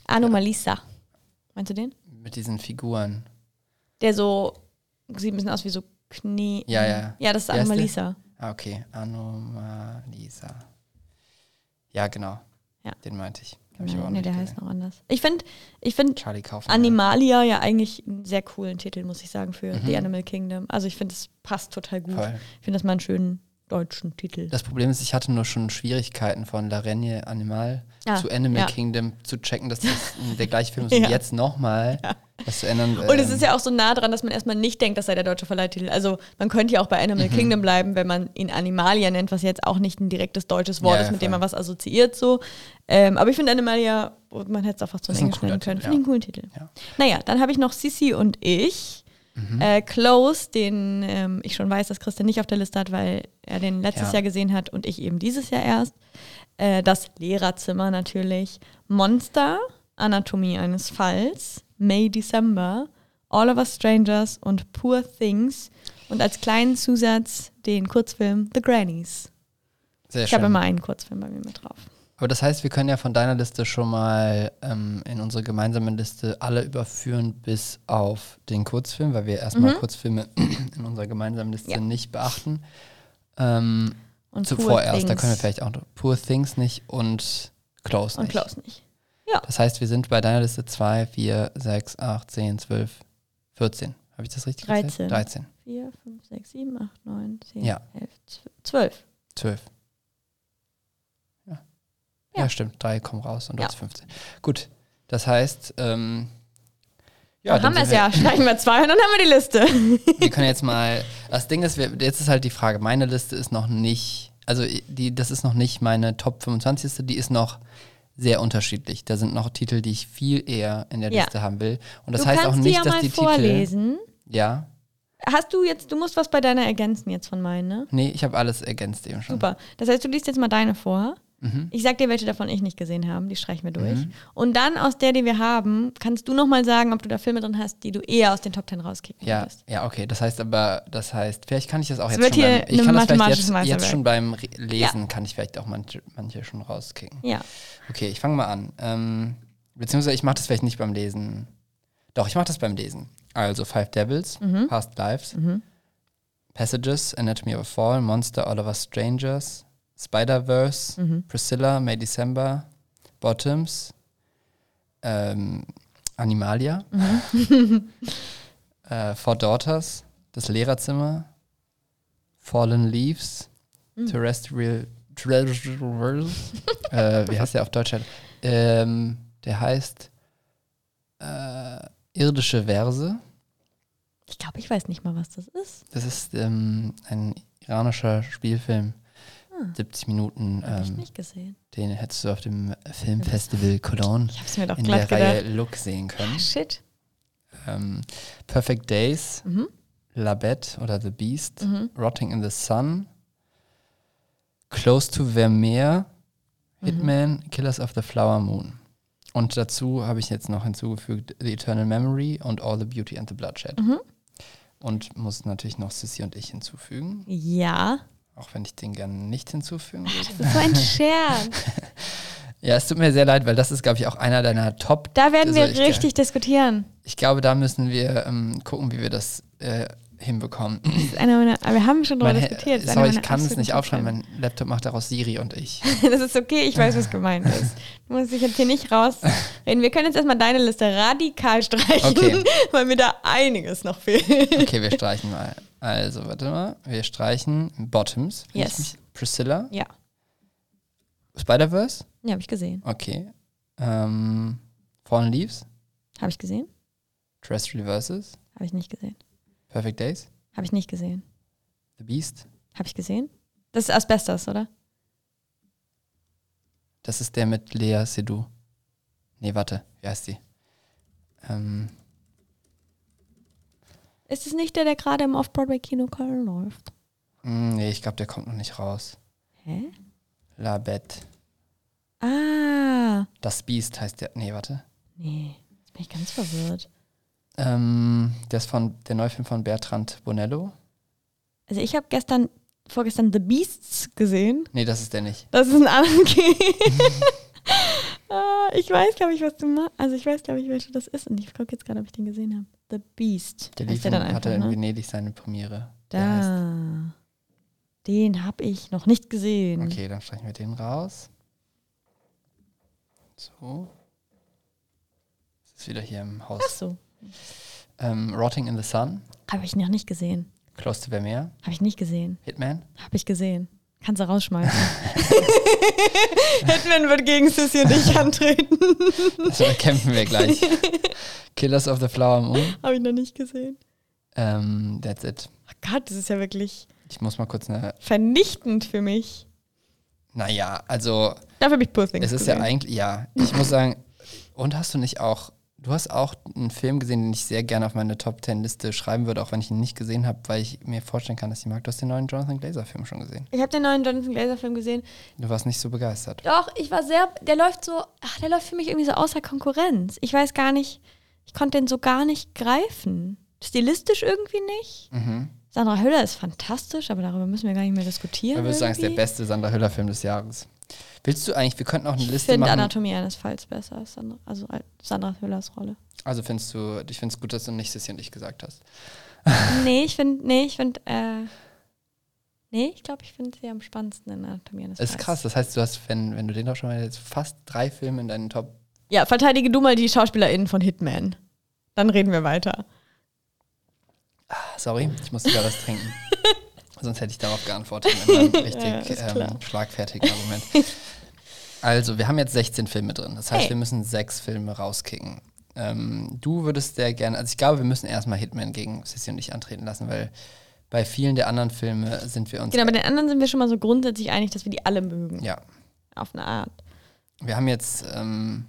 Anomalisa. Meinst du den? Mit diesen Figuren. Der so, sieht ein bisschen aus wie so Knie. Ja, ja. Ja, das ist Wer ist Anomalisa. Ah, okay. Anomalisa. Ja, genau. Ja. Den meinte ich. Hab Nein, ich aber auch nee, nicht der gesehen. heißt noch anders. Ich finde ich find Charlie Kaufmann. Animalia ja eigentlich einen sehr coolen Titel, muss ich sagen, für Mhm. The Animal Kingdom. Also ich finde, es passt total gut. Voll. Ich finde das mal einen schönen deutschen Titel. Das Problem ist, ich hatte nur schon Schwierigkeiten von La Reine Animal Ah, zu Animal ja. Kingdom zu checken, dass das der gleiche Film ist. Und Ja. jetzt nochmal Ja. das zu ändern. Und es ist ja auch so nah dran, dass man erstmal nicht denkt, das sei der deutsche Verleihtitel. Also man könnte ja auch bei Animal Mhm. Kingdom bleiben, wenn man ihn Animalia nennt, was jetzt auch nicht ein direktes deutsches Wort Ja, ist, ja, mit dem voll. man was assoziiert. So. Ähm, aber ich finde Animalia, man hätte es auch fast so Das in ist ein Englisch nennen cooler können. Titel, Finde ich einen coolen Titel. Ja. Naja, dann habe ich noch Sissi und ich. Mhm. Äh, Close, den ähm, ich schon weiß, dass Christian nicht auf der Liste hat, weil er den letztes Ja. Jahr gesehen hat und ich eben dieses Jahr erst. Äh, das Lehrerzimmer natürlich. Monster, Anatomie eines Falls, May, December, All of Us Strangers und Poor Things. Und als kleinen Zusatz den Kurzfilm The Grannies. Sehr Ich schön. habe immer einen Kurzfilm bei mir mit drauf. Aber das heißt, wir können ja von deiner Liste schon mal ähm, in unsere gemeinsame Liste alle überführen bis auf den Kurzfilm, weil wir erstmal Mhm. Kurzfilme in unserer gemeinsamen Liste Ja. nicht beachten. Ähm, Und zuvor Poor erst, da Things. können wir vielleicht auch noch Poor Things nicht und Close Und nicht. Close nicht. Das heißt, wir sind bei deiner Liste zwei, vier, sechs, acht, zehn, zwölf, vierzehn. Habe ich das richtig dreizehn. gezählt? dreizehn. vier, fünf, sechs, sieben, acht, neun, zehn, Ja. elf, zwölf. zwölf. Ja. Ja. Ja, stimmt. Drei kommen raus und du Ja. hast fünfzehn. Gut. Das heißt, ähm, ja, dann haben wir es ja. Streichen wir zwei und dann haben wir die Liste. Wir können jetzt mal, das Ding ist, wir, jetzt ist halt die Frage, meine Liste ist noch nicht, also die, das ist noch nicht meine Top fünfundzwanzig Liste, die ist noch sehr unterschiedlich. Da sind noch Titel, die ich viel eher in der Ja. Liste haben will. Und das Du heißt kannst auch die nicht, ja dass mal die vorlesen. Titel. Ja. Hast du jetzt, du musst was bei deiner ergänzen jetzt von meinen, ne? Nee, ich habe alles ergänzt eben schon. Super. Das heißt, du liest jetzt mal deine vor. Mhm. Ich sag dir, welche davon ich nicht gesehen habe. Die streichen wir durch. Mhm. Und dann aus der, die wir haben, kannst du nochmal sagen, ob du da Filme drin hast, die du eher aus den Top Ten rauskicken Ja, würdest. ja, okay. Das heißt aber, das heißt, vielleicht kann ich das auch Es jetzt wird schon hier beim, ich ein kann das vielleicht mathematisches jetzt, jetzt Meisterwerk. schon beim Re- Lesen, kann ich vielleicht auch manche, manche schon rauskicken. Ja. Okay, ich fange mal an. Ähm, beziehungsweise ich mache das vielleicht nicht beim Lesen. Doch, ich mache das beim Lesen. Also Five Devils, Mhm. Past Lives, Mhm. Passages, Anatomy of a Fall, Monster, All of Us Strangers, Spider-Verse, Mhm. Priscilla, May December, Bottoms, ähm, Animalia, Mhm. äh, Four Daughters, Das Lehrerzimmer, Fallen Leaves, Mhm. Terrestrial, Terrestrial äh, wie heißt der auf Deutsch? Ähm, der heißt äh, Irdische Verse. Ich glaube, ich weiß nicht mal, was das ist. Das ist ähm, ein iranischer Spielfilm. Ah. siebzig Minuten. Habe ich Ähm, nicht gesehen. den hättest du auf dem Filmfestival Cologne Ich habe es mir doch in der glatt Reihe gedacht. Look sehen können. Ah, shit. Ähm, Perfect Days, Mhm. La Bête oder The Beast, Mhm. Rotting in the Sun, Close to Vermeer, Hitman, Killers of the Flower Moon. Und dazu habe ich jetzt noch hinzugefügt The Eternal Memory und All the Beauty and the Bloodshed. Mhm. Und muss natürlich noch Sissy und ich hinzufügen, Ja. auch wenn ich den gerne nicht hinzufügen würde. Das ist so ein Scherz. Ja, es tut mir sehr leid, weil das ist, glaube ich, auch einer deiner Top. Da werden wir also ich, richtig diskutieren. Ich glaube, da müssen wir ähm, gucken, wie wir das äh, hinbekommen. Das ist einer meiner, aber wir haben schon darüber Mein He- diskutiert. Das ist einer Sorry, ich meiner kann es absoluten nicht aufschreiben. Top-Filme. Mein Laptop macht daraus Siri und ich. Das ist okay, ich weiß, was gemeint ist. Du musst dich jetzt hier nicht rausreden. Wir können jetzt erstmal deine Liste radikal streichen, Okay. weil mir da einiges noch fehlt. Okay, wir streichen mal. Also, warte mal. Wir streichen Bottoms. Wenn Yes. ich mich- Priscilla. Ja, Spider-Verse. ja, habe ich gesehen. Okay. Ähm, Fallen Leaves. Habe ich gesehen? Terrestrial Versus. Habe ich nicht gesehen. Perfect Days. Habe ich nicht gesehen. The Beast. Habe ich gesehen? Das ist Asbestos, oder? Das ist der mit Lea Seydoux. Nee, warte. Wie heißt die? Ähm, Ist es nicht der, der gerade im Off-Broadway-Kino Köln läuft? mh, nee, ich glaube, der kommt noch nicht raus. Hä? La Bête. Ah, Das Beast heißt der. Nee, warte. nee, jetzt bin ich ganz verwirrt. Ähm, der ist von der Neufilm von Bertrand Bonello. Also ich habe gestern, vorgestern The Beasts gesehen. Nee, das ist der nicht. Das ist ein anderer. Ah, ich weiß, glaube ich, was du machst. Also ich weiß, glaube ich, welcher das ist. Und ich gucke jetzt gerade, ob ich den gesehen habe. The Beast. Der heißt lief der in, dann hatte einfach, in ne? Venedig seine Premiere. Der heißt, Da. Den habe ich noch nicht gesehen. okay, dann streichen wir den raus. So. Das ist wieder hier im Haus. Ach so. Ähm, Rotting in the Sun, Habe ich noch nicht gesehen. Close to Vermeer, Habe ich nicht gesehen. Hitman. Habe ich gesehen. Kannst du rausschmeißen. Hitman wird gegen Sissy und ich antreten. Also da kämpfen wir gleich. Killers of the Flower Moon. Habe ich noch nicht gesehen. Ähm, that's it. Oh Gott, das ist ja wirklich Ich muss mal kurz eine. vernichtend für mich. Naja, also Dafür habe ich Poor Things es ist gesehen. ja eigentlich, ja, ich muss sagen, und hast du nicht auch, du hast auch einen Film gesehen, den ich sehr gerne auf meine Top Ten Liste schreiben würde, auch wenn ich ihn nicht gesehen habe, weil ich mir vorstellen kann, dass ich mag. Du hast den neuen Jonathan Glazer Film schon gesehen. Ich habe den neuen Jonathan Glazer Film gesehen. Du warst nicht so begeistert. Doch, ich war sehr, der läuft so, ach, der läuft für mich irgendwie so außer Konkurrenz. Ich weiß gar nicht, ich konnte den so gar nicht greifen. Stilistisch irgendwie nicht. Mhm. Sandra Hüller ist fantastisch, aber darüber müssen wir gar nicht mehr diskutieren. Ich würde sagen, es ist der irgendwie. beste Sandra Hüller Film des Jahres. Willst du eigentlich, wir könnten auch eine Ich Liste finde machen. Anatomie eines Falls besser als Sandra, also als Sandra Hüllers Rolle. Also findest du, ich finde es gut, dass du nicht Sissy und ich gesagt hast. nee, ich finde, nee, ich finde, äh, nee, ich glaube, ich finde sie am spannendsten in Anatomie eines Das Falls. ist krass, das heißt, du hast, wenn, wenn du den doch schon mal jetzt fast drei Filme in deinen Top. Ja, verteidige du mal die SchauspielerInnen von Hitman. Dann reden wir weiter. Ah, sorry, ich musste da was trinken. Sonst hätte ich darauf geantwortet mit einem richtig Ja, ist klar. ähm, schlagfertigen Argument. Also, wir haben jetzt sechzehn Filme drin. Das heißt, Hey. wir müssen sechs Filme rauskicken. Ähm, du würdest sehr gerne, also ich glaube, wir müssen erstmal Hitman gegen Sissy und ich antreten lassen, weil bei vielen der anderen Filme sind wir uns. Genau, bei den anderen sind wir schon mal so grundsätzlich einig, dass wir die alle mögen. Ja. Auf eine Art. Wir haben jetzt, ähm,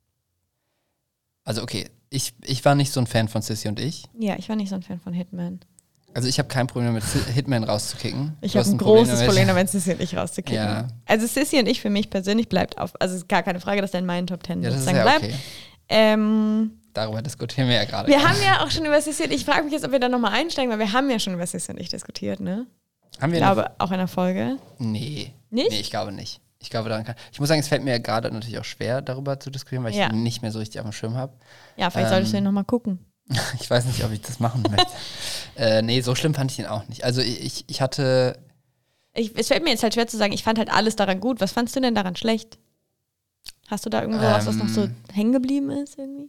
also okay, ich, ich war nicht so ein Fan von Sissy und ich. Ja, ich war nicht so ein Fan von Hitman. Also ich habe kein Problem mit Si- Hitman rauszukicken. Ich Du habe hast ein großes damit. Problem damit, Sissy und ich rauszukicken. Ja. Also Sissy und ich für mich persönlich bleibt auf, also es ist gar keine Frage, dass der in meinen Top Ten Ja, das ist sozusagen ja bleibt. okay. Ähm, Darüber diskutieren wir ja gerade. wir haben ja auch schon über Sissy und ich frage mich jetzt, ob wir da nochmal einsteigen, weil wir haben ja schon über Sissy und ich diskutiert, ne? Haben wir Ich eine- glaube, auch in der Folge. Nee. Nicht? Nee, ich glaube nicht. Ich glaube, daran kann. Ich muss sagen, es fällt mir ja gerade natürlich auch schwer, darüber zu diskutieren, weil ich Ja. ihn nicht mehr so richtig auf dem Schirm habe. Ja, vielleicht Ähm, solltest du ihn nochmal gucken. Ich weiß nicht, ob ich das machen möchte. äh, nee, so schlimm fand ich ihn auch nicht. Also ich, ich hatte. Ich, es fällt mir jetzt halt schwer zu sagen, ich fand halt alles daran gut. Was fandst du denn daran schlecht? Hast du da irgendwo was, was noch so Ähm. hängen geblieben ist irgendwie?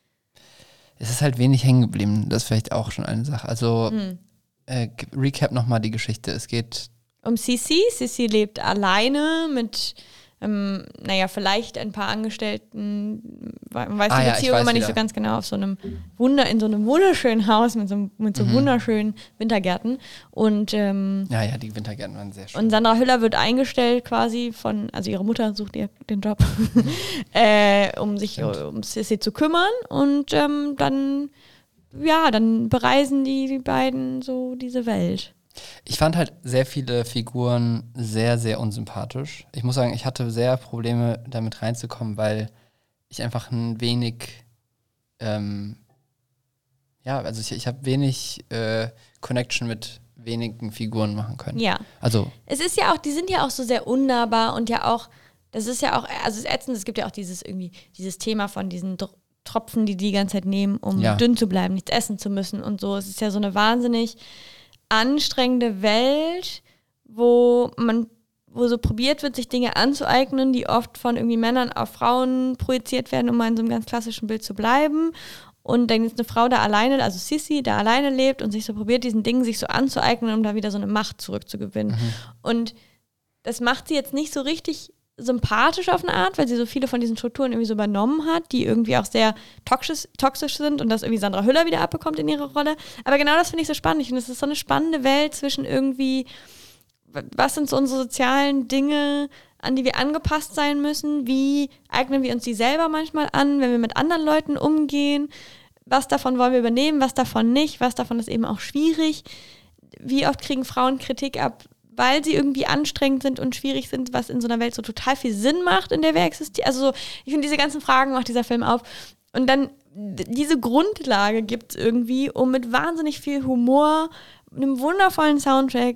Es ist halt wenig hängen geblieben. Das ist vielleicht auch schon eine Sache. Also, Hm. äh, g- recap nochmal die Geschichte. Es geht. Um Sissy. Sissy lebt alleine mit, ähm, naja, vielleicht ein paar Angestellten. Man weiß Ah die ja, ich Beziehung weiß immer nicht wieder. so ganz genau. Auf so einem Wunder, in so einem wunderschönen Haus mit so, mit so Mhm. wunderschönen Wintergärten. Und, ähm, Ja, ja, die Wintergärten waren sehr schön. und Sandra Hüller wird eingestellt quasi von, also ihre Mutter sucht ihr den Job, äh, um sich Stimmt. um Sissy zu kümmern. Und ähm, dann, ja, dann bereisen die, die beiden so diese Welt. Ich fand halt sehr viele Figuren sehr, sehr unsympathisch. Ich muss sagen, ich hatte sehr Probleme damit reinzukommen, weil ich einfach ein wenig, ähm, ja, also ich, ich habe wenig äh, Connection mit wenigen Figuren machen können. Ja. Also, Es ist ja auch, die sind ja auch so sehr unnahbar und ja auch, das ist ja auch, also es ist ätzend, es gibt ja auch dieses irgendwie, dieses Thema von diesen Dr- Tropfen, die die die ganze Zeit nehmen, um Ja. dünn zu bleiben, nichts essen zu müssen und so. Es ist ja so eine wahnsinnig anstrengende Welt, wo man, wo so probiert wird, sich Dinge anzueignen, die oft von irgendwie Männern auf Frauen projiziert werden, um mal in so einem ganz klassischen Bild zu bleiben. Und dann ist eine Frau da alleine, also Sissy, da alleine lebt und sich so probiert, diesen Dingen sich so anzueignen, um da wieder so eine Macht zurückzugewinnen. Und das macht sie jetzt nicht so richtig sympathisch auf eine Art, weil sie so viele von diesen Strukturen irgendwie so übernommen hat, die irgendwie auch sehr toxisch, toxisch sind und das irgendwie Sandra Hüller wieder abbekommt in ihrer Rolle. Aber genau das finde ich so spannend. Ich finde, es ist so eine spannende Welt zwischen irgendwie, was sind so unsere sozialen Dinge, an die wir angepasst sein müssen? Wie eignen wir uns die selber manchmal an, wenn wir mit anderen Leuten umgehen? Was davon wollen wir übernehmen, was davon nicht? Was davon ist eben auch schwierig? Wie oft kriegen Frauen Kritik ab, weil sie irgendwie anstrengend sind und schwierig sind, was in so einer Welt so total viel Sinn macht, in der wir existieren? Also so, ich finde, diese ganzen Fragen macht dieser Film auf. Und dann d- diese Grundlage gibt es irgendwie, um mit wahnsinnig viel Humor, einem wundervollen Soundtrack,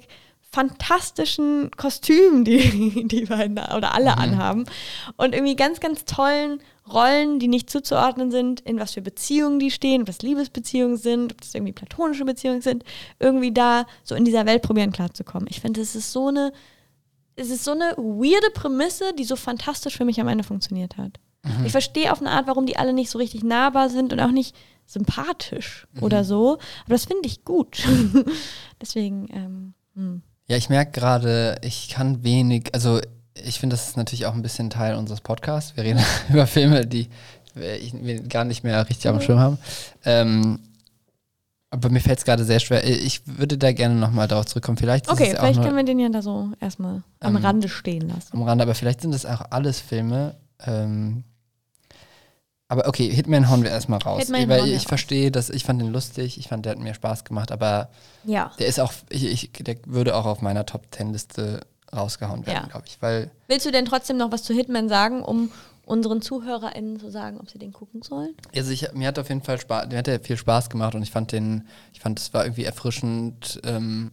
fantastischen Kostümen, die die beiden oder alle Mhm. anhaben und irgendwie ganz, ganz tollen Rollen, die nicht zuzuordnen sind, in was für Beziehungen die stehen, was Liebesbeziehungen sind, ob das irgendwie platonische Beziehungen sind, irgendwie da so in dieser Welt probieren klarzukommen. Ich finde, es ist so eine, es ist so eine weirde Prämisse, die so fantastisch für mich am Ende funktioniert hat. Mhm. Ich verstehe auf eine Art, warum die alle nicht so richtig nahbar sind und auch nicht sympathisch Mhm. oder so, aber das finde ich gut. Deswegen, ähm, hm. Ja, ich merke gerade, ich kann wenig, also ich finde, das ist natürlich auch ein bisschen Teil unseres Podcasts. Wir reden über Filme, die wir wir gar nicht mehr richtig auf dem Schirm haben. Ähm, aber mir fällt es gerade sehr schwer. Ich würde da gerne nochmal darauf zurückkommen. Vielleicht ist Okay, es auch vielleicht nur können wir den ja da so erstmal am Ähm, Rande stehen lassen. am Rande, aber vielleicht sind das auch alles Filme. Ähm, aber okay, Hitman hauen wir erstmal raus. Hitman Weil hauen wir ich raus. verstehe, dass ich fand den lustig, ich fand, der hat mir Spaß gemacht, aber Ja. der ist auch, ich, ich, der würde auch auf meiner Top Ten Liste rausgehauen werden, Ja. glaube ich. Weil Willst du denn trotzdem noch was zu Hitman sagen, um unseren ZuhörerInnen zu sagen, ob sie den gucken sollen? Also ich, mir hat auf jeden Fall Spaß, mir hat der viel Spaß gemacht und ich fand den, ich fand es war irgendwie erfrischend, ähm,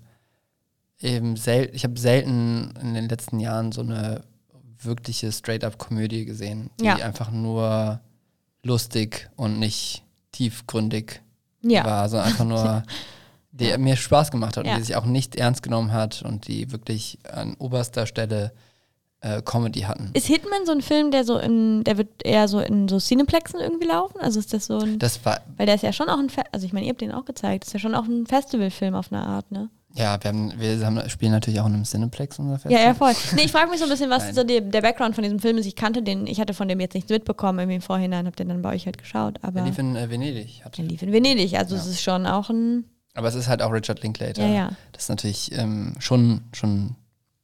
eben sel ich habe selten in den letzten Jahren so eine wirkliche Straight-up-Komödie gesehen, die Ja. einfach nur lustig und nicht tiefgründig Ja. war, sondern einfach nur, die Ja. mir Spaß gemacht hat Ja. und die sich auch nicht ernst genommen hat und die wirklich an oberster Stelle äh, Comedy hatten. Ist Hitman so ein Film, der so in, der wird eher so in so Cineplexen irgendwie laufen? Also ist das so ein, Das war, weil der ist ja schon auch ein, Fe also ich meine, ihr habt den auch gezeigt, ist ja schon auch ein Festivalfilm auf eine Art, ne? ja, wir, haben, wir haben, spielen natürlich auch in einem Cineplex unser Fest. Ja, ja, voll. Nee, ich frage mich so ein bisschen, was Nein. so die, der Background von diesem Film ist. Ich kannte den, ich hatte von dem jetzt nichts mitbekommen, irgendwie im Vorhinein, hab den dann bei euch halt geschaut, aber Der lief in äh, Venedig. Hat. der lief in Venedig, also Ja. es ist schon auch ein, Aber es ist halt auch Richard Linklater. ja, ja. Das ist natürlich ähm, schon, schon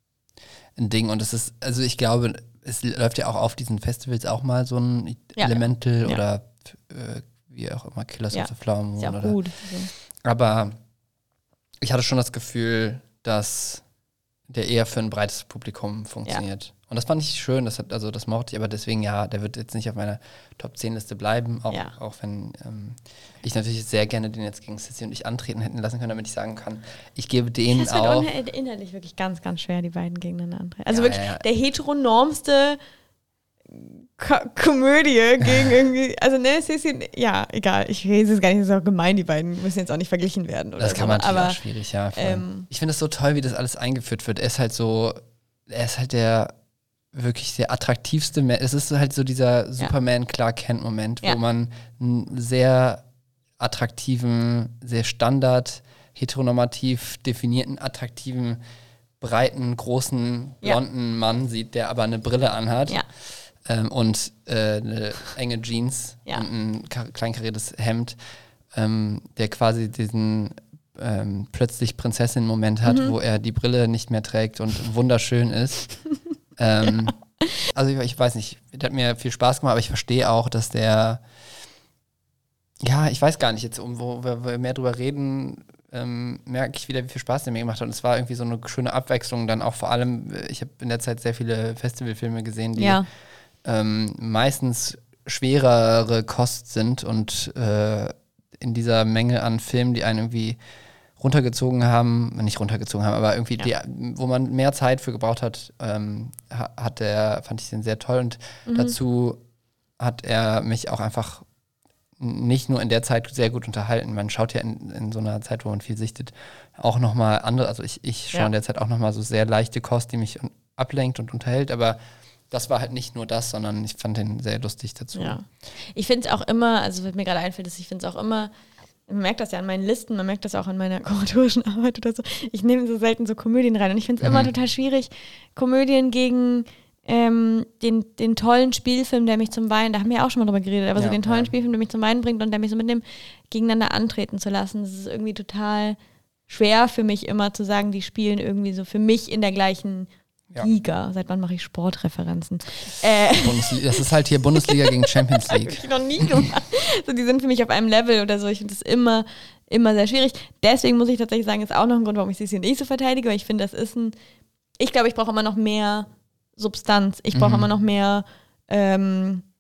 ein Ding. Und es ist, also ich glaube, es läuft ja auch auf diesen Festivals auch mal so ein Ja. Elemental Ja. oder äh, wie auch immer, Killers Ja. of the Flower Moon. Ist ja auch oder. gut. So. Aber ich hatte schon das Gefühl, dass der eher für ein breites Publikum funktioniert. Und das fand ich schön, das hat, also das mochte ich, aber deswegen ja, der wird jetzt nicht auf meiner Top zehn Liste bleiben, auch, Ja. auch wenn ähm, ich natürlich sehr gerne den jetzt gegen Sissy und ich antreten hätten lassen können, damit ich sagen kann, ich gebe denen Das wird auch. unha- inhaltlich wirklich ganz, ganz schwer, die beiden gegeneinander antreten. Also Ja, wirklich ja, ja. der heteronormste Ko Komödie gegen irgendwie, also ne, es ist ja, egal, ich weiß es gar nicht, es ist auch gemein, die beiden müssen jetzt auch nicht verglichen werden. Oder Das so, kann man natürlich aber auch schwierig, ja. voll. ähm, ich finde es so toll, wie das alles eingeführt wird. Er ist halt so, er ist halt der wirklich der attraktivste, Ma- es ist halt so dieser Superman-Clark-Kent-Moment, Ja. wo man einen sehr attraktiven, sehr standard, heteronormativ definierten, attraktiven, breiten, großen, Ja. blonden Mann sieht, der aber eine Brille anhat. ja, Ähm, und äh, eine enge Jeans Ja. und ein kar- kleinkariertes Hemd, ähm, der quasi diesen ähm, plötzlich Prinzessin-Moment hat, Mhm. wo er die Brille nicht mehr trägt und wunderschön ist. ähm, also ich, ich weiß nicht, der hat mir viel Spaß gemacht, aber ich verstehe auch, dass der, ja, ich weiß gar nicht jetzt, um wo wir, wo wir mehr drüber reden, ähm, merke ich wieder, wie viel Spaß der mir gemacht hat. Und es war irgendwie so eine schöne Abwechslung dann auch vor allem, äh, ich habe in der Zeit sehr viele Festivalfilme gesehen, die ja, ähm, meistens schwerere Kost sind und äh, in dieser Menge an Filmen, die einen irgendwie runtergezogen haben, nicht runtergezogen haben, aber irgendwie, Ja. die, wo man mehr Zeit für gebraucht hat, ähm, ha- hat der, fand ich den sehr toll und Mhm. dazu hat er mich auch einfach nicht nur in der Zeit sehr gut unterhalten. Man schaut ja in, in so einer Zeit, wo man viel sichtet, auch nochmal andere, also ich, ich schaue Ja. in der Zeit auch nochmal so sehr leichte Kost, die mich un- ablenkt und unterhält, aber das war halt nicht nur das, sondern ich fand den sehr lustig dazu. ja. Ich finde es auch immer, also was mir gerade einfällt, ist, ich finde es auch immer, man merkt das ja an meinen Listen, man merkt das auch in meiner kuratorischen Arbeit oder so. Ich nehme so selten so Komödien rein und ich finde es Mhm. immer total schwierig, Komödien gegen ähm, den, den tollen Spielfilm, der mich zum Weinen, da haben wir ja auch schon mal drüber geredet, aber Ja, so den tollen ja. Spielfilm, der mich zum Weinen bringt und der mich so mit dem gegeneinander antreten zu lassen, das ist irgendwie total schwer für mich immer zu sagen, die spielen irgendwie so für mich in der gleichen Ja. Liga. Seit wann mache ich Sportreferenzen? Äh, Bundesliga, das ist halt hier Bundesliga gegen Champions Hab League. ich noch nie gemacht. So, die sind für mich auf einem Level oder so. Ich finde das immer, immer sehr schwierig. Deswegen muss ich tatsächlich sagen, ist auch noch ein Grund, warum ich Sissi nicht so verteidige, weil ich finde, das ist ein, ich glaube, ich brauche immer noch mehr Substanz. Ich brauche Mhm. immer noch mehr ähm,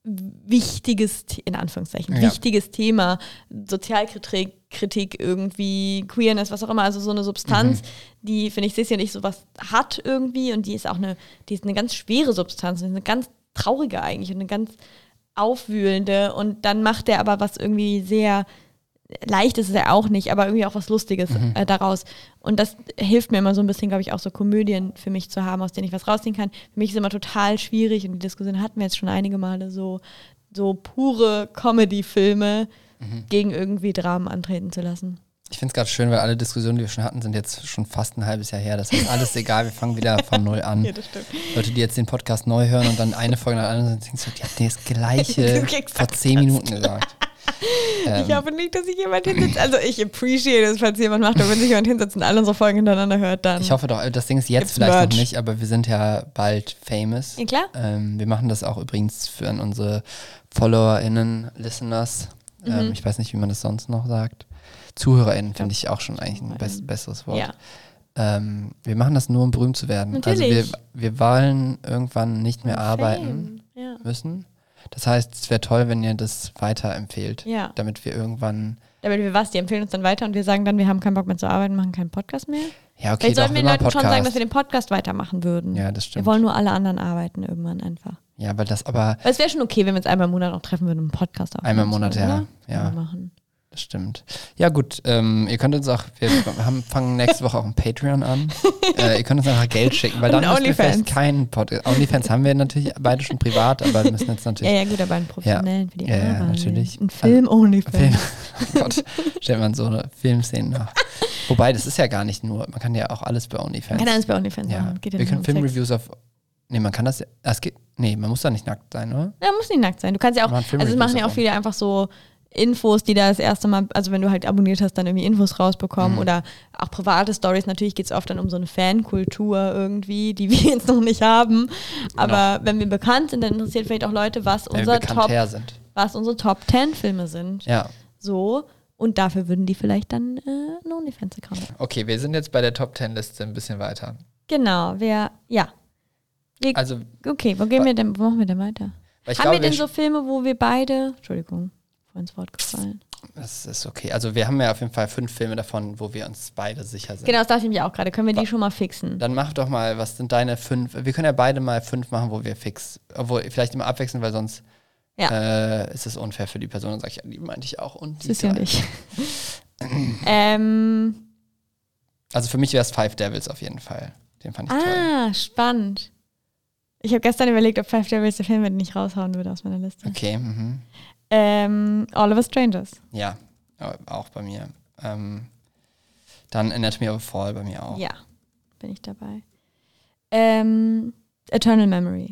wichtiges, in Anführungszeichen, Ja. wichtiges Thema, Sozialkritik, Kritik irgendwie, Queerness, was auch immer, also so eine Substanz, Mhm. die, finde ich, Sissi und ich sowas hat irgendwie und die ist auch eine, die ist eine ganz schwere Substanz, eine ganz traurige eigentlich und eine ganz aufwühlende und dann macht er aber was irgendwie sehr leicht ist es ja auch nicht, aber irgendwie auch was Lustiges Mhm. äh, daraus. Und das hilft mir immer so ein bisschen, glaube ich, auch so Komödien für mich zu haben, aus denen ich was rausziehen kann. Für mich ist immer total schwierig und die Diskussion hatten wir jetzt schon einige Male, so, so pure Comedy-Filme Mhm. gegen irgendwie Dramen antreten zu lassen. Ich finde es gerade schön, weil alle Diskussionen, die wir schon hatten, sind jetzt schon fast ein halbes Jahr her. Das ist alles egal, wir fangen wieder von null an. Ja, das stimmt. Leute, die jetzt den Podcast neu hören und dann eine Folge nach der anderen sind, denken so, die hat das Gleiche Exakt vor zehn Minuten gesagt. Ich hoffe nicht, dass sich jemand hinsetzt. Also ich appreciate es, falls jemand macht, aber wenn sich jemand hinsetzt und alle unsere Folgen hintereinander hört, dann. Ich hoffe doch, das Ding ist jetzt Gibt's vielleicht Merch? noch nicht, aber wir sind ja bald famous. Ja, klar. Ähm, wir machen das auch übrigens für an unsere FollowerInnen, Listeners. Ähm, Mhm. ich weiß nicht, wie man das sonst noch sagt. ZuhörerInnen finde ich auch schon eigentlich ein bess- besseres Wort. Ja. Ähm, wir machen das nur, um berühmt zu werden. Natürlich. Also wir, wir wollen irgendwann nicht mehr arbeiten Fame. Ja. müssen. Das heißt, es wäre toll, wenn ihr das weiterempfehlt, Ja. damit wir irgendwann, Damit wir was, die empfehlen uns dann weiter und wir sagen dann, wir haben keinen Bock mehr zu arbeiten, machen keinen Podcast mehr. ja okay, Vielleicht doch, sollten wir wir den machen Leuten schon Podcast. sagen, dass wir den Podcast weitermachen würden. Ja, das stimmt. Wir wollen nur alle anderen arbeiten irgendwann einfach. Ja, aber das aber, Weil es wäre schon okay, wenn wir uns einmal im Monat auch treffen würden und einen Podcast aufnehmen. Einmal im Monat, so, ja. oder? Ja. Können wir machen. das stimmt. Ja gut, ähm, ihr könnt uns auch, wir haben, fangen nächste Woche auch ein Patreon an. äh, ihr könnt uns einfach Geld schicken, weil Und dann müssen wir OnlyFans. vielleicht keinen Podcast. OnlyFans haben wir natürlich beide schon privat, aber wir müssen jetzt Ja, natürlich ja, gut, aber einen professionellen für die Ja, ja, Arbeit. natürlich. Ein Film OnlyFans. Film. Oh Gott, stellt man so eine Filmszene nach. Wobei, das ist ja gar nicht nur, man kann ja auch alles bei OnlyFans. Man kann alles bei OnlyFans ja. machen. Geht ja Wir nicht können um Sex. Filmreviews auf, nee, man kann das, das geht, nee, man muss da nicht nackt sein, oder? Ja, muss nicht nackt sein. Du kannst ja auch, Man also es Filmreviews machen ja auch davon. viele einfach so Infos, die da das erste Mal, also wenn du halt abonniert hast, dann irgendwie Infos rausbekommen Mhm. oder auch private Stories. Natürlich geht es oft dann um so eine Fankultur irgendwie, die wir jetzt noch nicht haben. Aber wenn wir bekannt sind, dann interessiert vielleicht auch Leute, was Wenn wir unser bekannt Top, her sind. was unsere Top zehn Filme sind. Ja, So. Und dafür würden die vielleicht dann äh, einen OnlyFans-Account haben. okay, wir sind jetzt bei der Top zehn Liste ein bisschen weiter. Genau, wer, ja. Wir, Also, okay, wo gehen wir denn, wo machen wir denn weiter? weil ich Haben glaube, wir denn wir so Filme, wo wir beide, Entschuldigung, vor ins Wort gefallen. das ist okay. Also wir haben ja auf jeden Fall fünf Filme davon, wo wir uns beide sicher sind. Genau, das dachte ich mir auch gerade. Können wir die schon mal fixen? Dann mach doch mal, was sind deine fünf? Wir können ja beide mal fünf machen, wo wir fix, obwohl vielleicht immer abwechseln, weil sonst Ja. äh, ist es unfair für die Person. Dann sag ich, ja, die meinte ich auch. Und die Sissi und drei. ich. ähm, Also für mich wäre es Five Devils auf jeden Fall. Den fand ich toll. ah, spannend. Ich habe gestern überlegt, ob Five Devils der Film, den ich raushauen würde aus meiner Liste. Okay, mhm. Ähm, All of Us Strangers. Ja, aber auch bei mir. Ähm, dann Anatomy of a Fall bei mir auch. Ja, bin ich dabei. Ähm, Eternal Memory.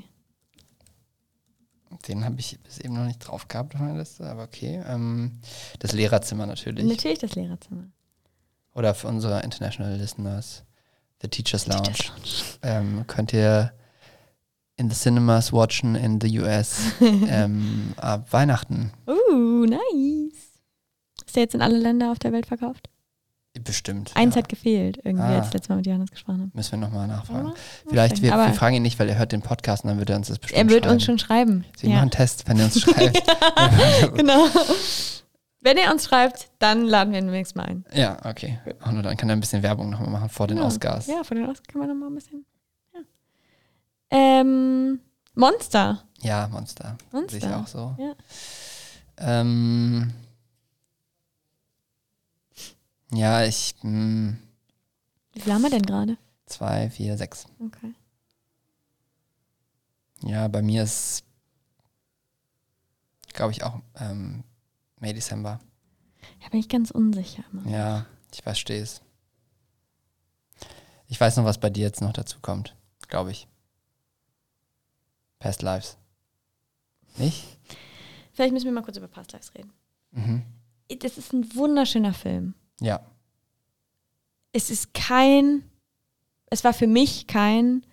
Den habe ich bis eben noch nicht drauf gehabt auf meiner Liste, aber okay. Ähm, das Lehrerzimmer natürlich. Natürlich das Lehrerzimmer. Oder für unsere International Listeners, The Teacher's Lounge. Teacher's Lounge. Ähm, könnt ihr in the cinemas watchen in the U S ähm, ab Weihnachten. Uh, nice. Ist der jetzt in alle Länder auf der Welt verkauft? Bestimmt. Eins ja. hat gefehlt, irgendwie, Ah. als ich letztes Mal mit Johannes gesprochen habe. Müssen wir nochmal nachfragen. Mal Vielleicht, wir, Aber wir fragen ihn nicht, weil er hört den Podcast und dann wird er uns das bestimmt er wird schreiben. uns schon schreiben. Sie machen einen Test, wenn er uns schreibt. Genau. Wenn er uns schreibt, dann laden wir ihn demnächst mal ein. Ja, okay. Und dann kann er ein bisschen Werbung nochmal machen vor den Ja. Oscars. Ja, von den Oscars kann man nochmal ein bisschen. Ja. Ähm, Monster. Ja, Monster. Monster. Sehe ich auch so. Ja. Ähm, ja, ich. Mh, Wie viel haben wir denn gerade? zwei, vier, sechs. Okay. Ja, bei mir ist, glaube ich, auch ähm, May December. Da bin ich ganz unsicher immer. Ja, ich verstehe es. Ich weiß noch, was bei dir jetzt noch dazu kommt, glaube ich. Past Lives. Nicht? Vielleicht müssen wir mal kurz über Past Lives reden. Mhm. Das ist ein wunderschöner Film. Ja. Es ist kein, es war für mich kein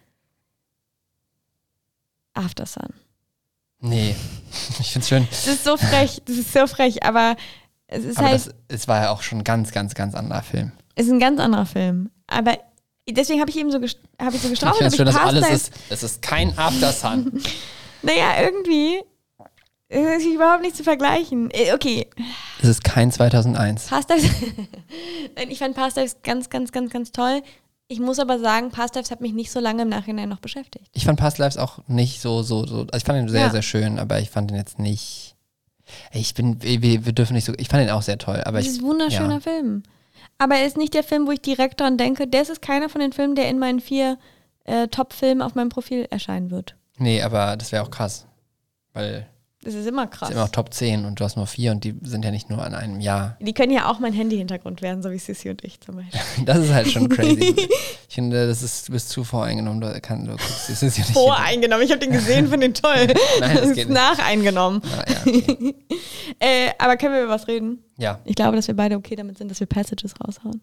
After Sun. Nee, ich finde es schön. Das ist so frech, das ist so frech, aber es ist Aber halt, das, es war ja auch schon ein ganz, ganz, ganz anderer Film. es ist ein ganz anderer Film. Aber deswegen habe ich eben so, gest- hab ich so Ich gestrauchelt. finde es ob schön, dass Past alles Lives- ist, es ist kein After Sun. Naja, irgendwie Das ist überhaupt nicht zu vergleichen. Äh, Okay. Es ist kein zweitausendeins. Past Lives. Nein, ich fand Past Lives ganz, ganz, ganz, ganz toll. Ich muss aber sagen, Past Lives hat mich nicht so lange im Nachhinein noch beschäftigt. Ich fand Past Lives auch nicht so, so, so. Also ich fand ihn sehr, Ja. sehr schön, aber ich fand ihn jetzt nicht. Ey, Ich bin, wir, wir dürfen nicht so. Ich fand ihn auch sehr toll, aber Das ich. ist ein wunderschöner ja. Film. Aber er ist nicht der Film, wo ich direkt dran denke. Das ist keiner von den Filmen, der in meinen vier äh, Top-Filmen auf meinem Profil erscheinen wird. Nee, aber das wäre auch krass. Weil Das ist immer es krass. sind immer auch Top zehn und du hast nur vier und die sind ja nicht nur an einem Jahr. Die können ja auch mein Handy-Hintergrund werden, so wie Sissy und ich zum Beispiel. Das ist halt schon crazy. Ich finde, das ist, du bist zu voreingenommen. Du, kann, du guckst, das ist ja nicht. Voreingenommen. Ich habe den gesehen, finde den toll. Nein, das ist geht nicht. nacheingenommen. Ah, ja, okay. äh, aber können wir über was reden? Ja. Ich glaube, dass wir beide okay damit sind, dass wir Passages raushauen.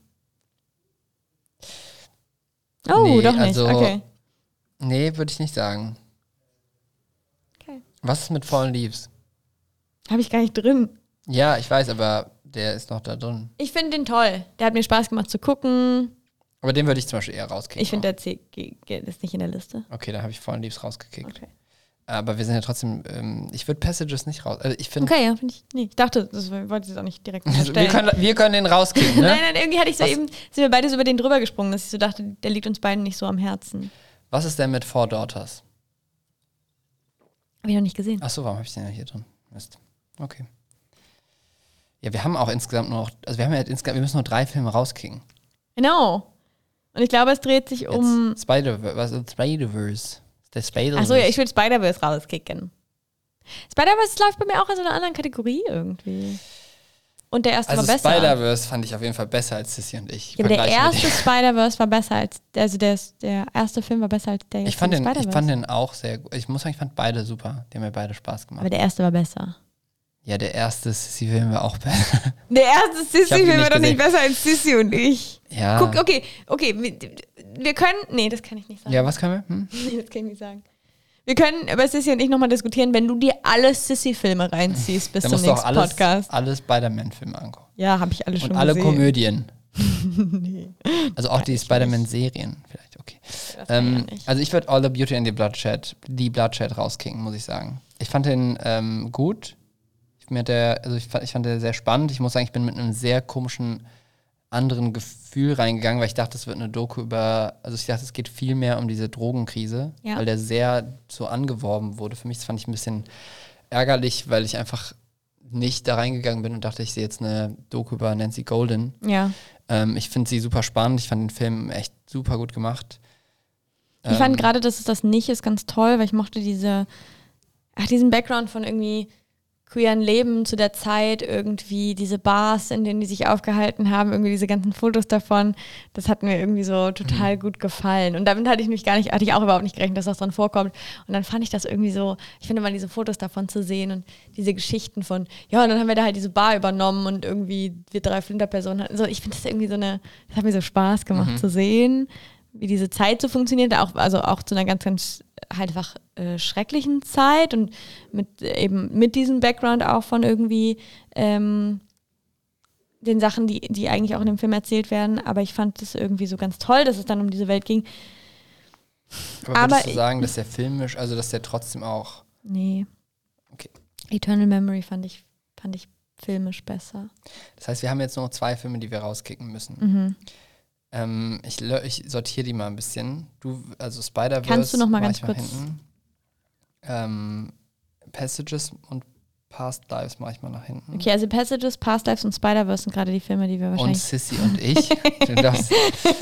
Oh, Nee, doch nicht. also- Okay. Nee, würde ich nicht sagen. Okay. Was ist mit Fallen Leaves? Habe ich gar nicht drin. Ja, ich weiß, aber der ist noch da drin. Ich finde den toll. Der hat mir Spaß gemacht zu gucken. Aber den würde ich zum Beispiel eher rauskicken. Ich finde, auch. der C G ist nicht in der Liste. Okay, da habe ich Fallen Leaves rausgekickt. Okay. Aber wir sind ja trotzdem, ähm, ich würde Passages nicht raus. Also ich finde, Okay, ja, finde ich. Nee, ich dachte, das wollte ich jetzt auch nicht direkt also wir, unterstellen. können, wir können den rauskicken, ne? Nein, nein, irgendwie hatte ich so Was- eben, sind wir beide so über den drüber gesprungen, dass ich so dachte, der liegt uns beiden nicht so am Herzen. Was ist denn mit Four Daughters? Habe ich noch nicht gesehen. Achso, warum habe ich den ja hier drin? Mist. Okay. Ja, wir haben auch insgesamt nur noch, also wir haben ja insgesamt, wir müssen nur drei Filme rauskicken. Genau. Und ich glaube, es dreht sich um. Jetzt Spider-Verse, was ist Spider-Verse? Der Spider-Verse. Achso, ja, ich würde Spider-Verse rauskicken. Spider-Verse läuft bei mir auch in so einer anderen Kategorie irgendwie. Und der erste Also war besser. Spider-Verse fand ich auf jeden Fall besser als Sissy und ich. Ja, aber der Vergleiche mit erste Spider-Verse war besser als, also der, der erste Film war besser als der jetzt Ich fand, den, ich Spider-Verse. fand den auch sehr gut. Ich muss sagen, ich fand beide super. Die haben mir beide Spaß gemacht. Aber der erste war besser. Ja, der erste Sissy-Film war auch besser. Der erste hab ihn Sissy-Film nicht war doch nicht gesehen. besser als Sissy und ich. Ja. Guck, okay, okay, wir, wir können, nee, das kann ich nicht sagen. Ja, was können wir? Hm? Nee, das kann ich nicht sagen. Wir können über Sissy und ich nochmal diskutieren, wenn du dir alle Sissy-Filme reinziehst bis Da zum musst du auch nächsten alles, Podcast. alle Spider-Man-Filme angucken. Ja, habe ich alle schon Und alle gesehen. Komödien. Nee, Also auch die ich Spider-Man-Serien vielleicht, okay. das kann ich Ähm, ja nicht. also ich würde All the Beauty and the Bloodshed, die Bloodshed rauskicken, muss ich sagen. Ich fand den ähm, gut. Ich, mir hat der, also ich, fand, ich fand den sehr spannend. Ich muss sagen, ich bin mit einem sehr komischen anderen Gefühl reingegangen, weil ich dachte, es wird eine Doku über, also ich dachte, es geht viel mehr um diese Drogenkrise, Ja. weil der sehr so angeworben wurde. Für mich, das fand ich ein bisschen ärgerlich, weil ich einfach nicht da reingegangen bin und dachte, ich sehe jetzt eine Doku über Nancy Golden. Ja. Ähm, ich finde sie super spannend. Ich fand den Film echt super gut gemacht. Ich fand Ähm, gerade, dass es das nicht ist, ganz toll, weil ich mochte diese, ach, diesen Background von irgendwie queeren Leben zu der Zeit, irgendwie diese Bars, in denen die sich aufgehalten haben, irgendwie diese ganzen Fotos davon, das hat mir irgendwie so total Mhm. gut gefallen. Und damit hatte ich mich gar nicht, hatte ich auch überhaupt nicht gerechnet, dass das dran vorkommt. Und dann fand ich das irgendwie so, ich finde mal diese Fotos davon zu sehen und diese Geschichten von, ja, und dann haben wir da halt diese Bar übernommen und irgendwie wir drei Flinterpersonen hatten. So, ich finde das irgendwie so eine, das hat mir so Spaß gemacht Mhm. zu sehen, wie diese Zeit so funktioniert, auch, also auch zu einer ganz, ganz halt einfach äh, schrecklichen Zeit und mit äh, eben mit diesem Background auch von irgendwie ähm, den Sachen, die, die eigentlich auch in dem Film erzählt werden. Aber ich fand das irgendwie so ganz toll, dass es dann um diese Welt ging. Aber aber würdest du ich- sagen, dass der filmisch, also dass der trotzdem auch, Nee. Okay. Eternal Memory fand ich, fand ich filmisch besser. das heißt, wir haben jetzt nur noch zwei Filme, die wir rauskicken müssen. Mhm. Ähm, ich, lö- ich sortiere die mal ein bisschen. Du, also Spider-Verse. Kannst du noch mal mach ganz ich kurz- hinten. Ähm, Passages und Past Lives mache ich mal nach hinten. Okay, also Passages, Past Lives und Spider-Verse sind gerade die Filme, die wir Und wahrscheinlich... Sissy und ich. Du darfst-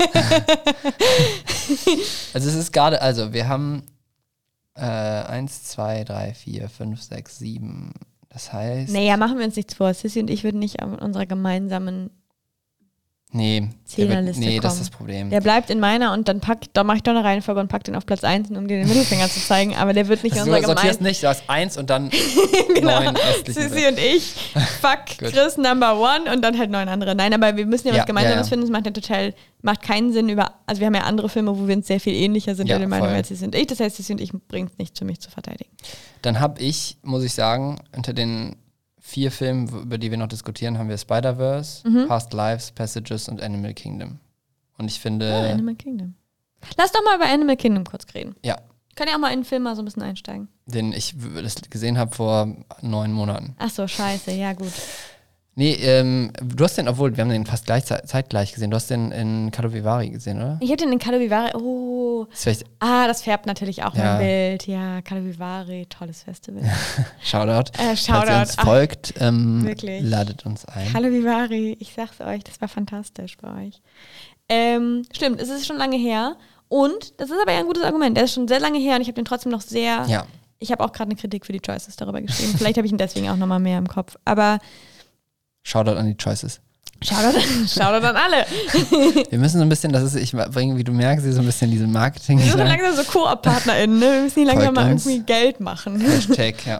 also es ist gerade, also wir haben äh, eins, zwei, drei, vier, fünf, sechs, sieben. Das heißt. Naja, machen wir uns nichts vor. Sissy und ich würden nicht an unserer gemeinsamen... Nee, der wird, Zehnerliste nee, das ist kommen. das Problem. Der bleibt in meiner und dann pack, da mache ich doch eine Reihenfolge und pack den auf Platz eins, um dir den Mittelfinger zu zeigen, aber der wird nicht in Also unserer du sortierst gemeinsamen... nicht, du hast eins und dann Genau. neun restlichen. Sissy und ich, fuck, Gut. Chris Number One und dann halt neun andere. Nein, aber wir müssen ja, Ja, was Gemeinsames ja, ja. finden. Es macht ja total, macht keinen Sinn über, also wir haben ja andere Filme, wo wir uns sehr viel ähnlicher sind Ja, in den Meinungen voll. als Sissy und ich. Das heißt, Sissy und ich bringt es nicht für mich zu verteidigen. Dann habe ich, muss ich sagen, unter den vier Filmen, wo- über die wir noch diskutieren, haben wir Spider-Verse, Mhm. Past Lives, Passages und Animal Kingdom. Und ich Ja, finde, Animal Kingdom. Lass doch mal über Animal Kingdom kurz reden. ja, Kann ja auch mal in den Film mal so ein bisschen einsteigen. Den ich w- das gesehen habe vor neun Monaten. Ach so, scheiße, ja gut. Nee, ähm, du hast den, obwohl, wir haben den fast gleich, zeitgleich gesehen, du hast den in Calo Vivari gesehen, oder? Ich habe den in Calo Vivari, oh. Das ist vielleicht, Ah, das färbt natürlich auch Ja. mein Bild. Ja, Calo Vivari, tolles Festival. Shoutout. Äh, Falls Shoutout. ihr uns Ach, folgt, ähm, wirklich. ladet uns ein. Calo Vivari, ich sag's euch, das war fantastisch bei euch. Ähm, stimmt, es ist schon lange her. Und, das ist aber ja ein gutes Argument, der ist schon sehr lange her und ich habe den trotzdem noch sehr... Ja. Ich habe auch gerade eine Kritik für die Choices darüber geschrieben. Vielleicht habe ich ihn deswegen auch nochmal mehr im Kopf. Aber Shoutout an die Choices. Shoutout, Shoutout an alle. Wir müssen so ein bisschen, das ist, ich bringe, wie du merkst, hier so ein bisschen diese Marketing. Wir sind langsam so Co-op-PartnerInnen, ne? Wir müssen hier langsam Folgt mal uns. irgendwie Geld machen. Hashtag, ja.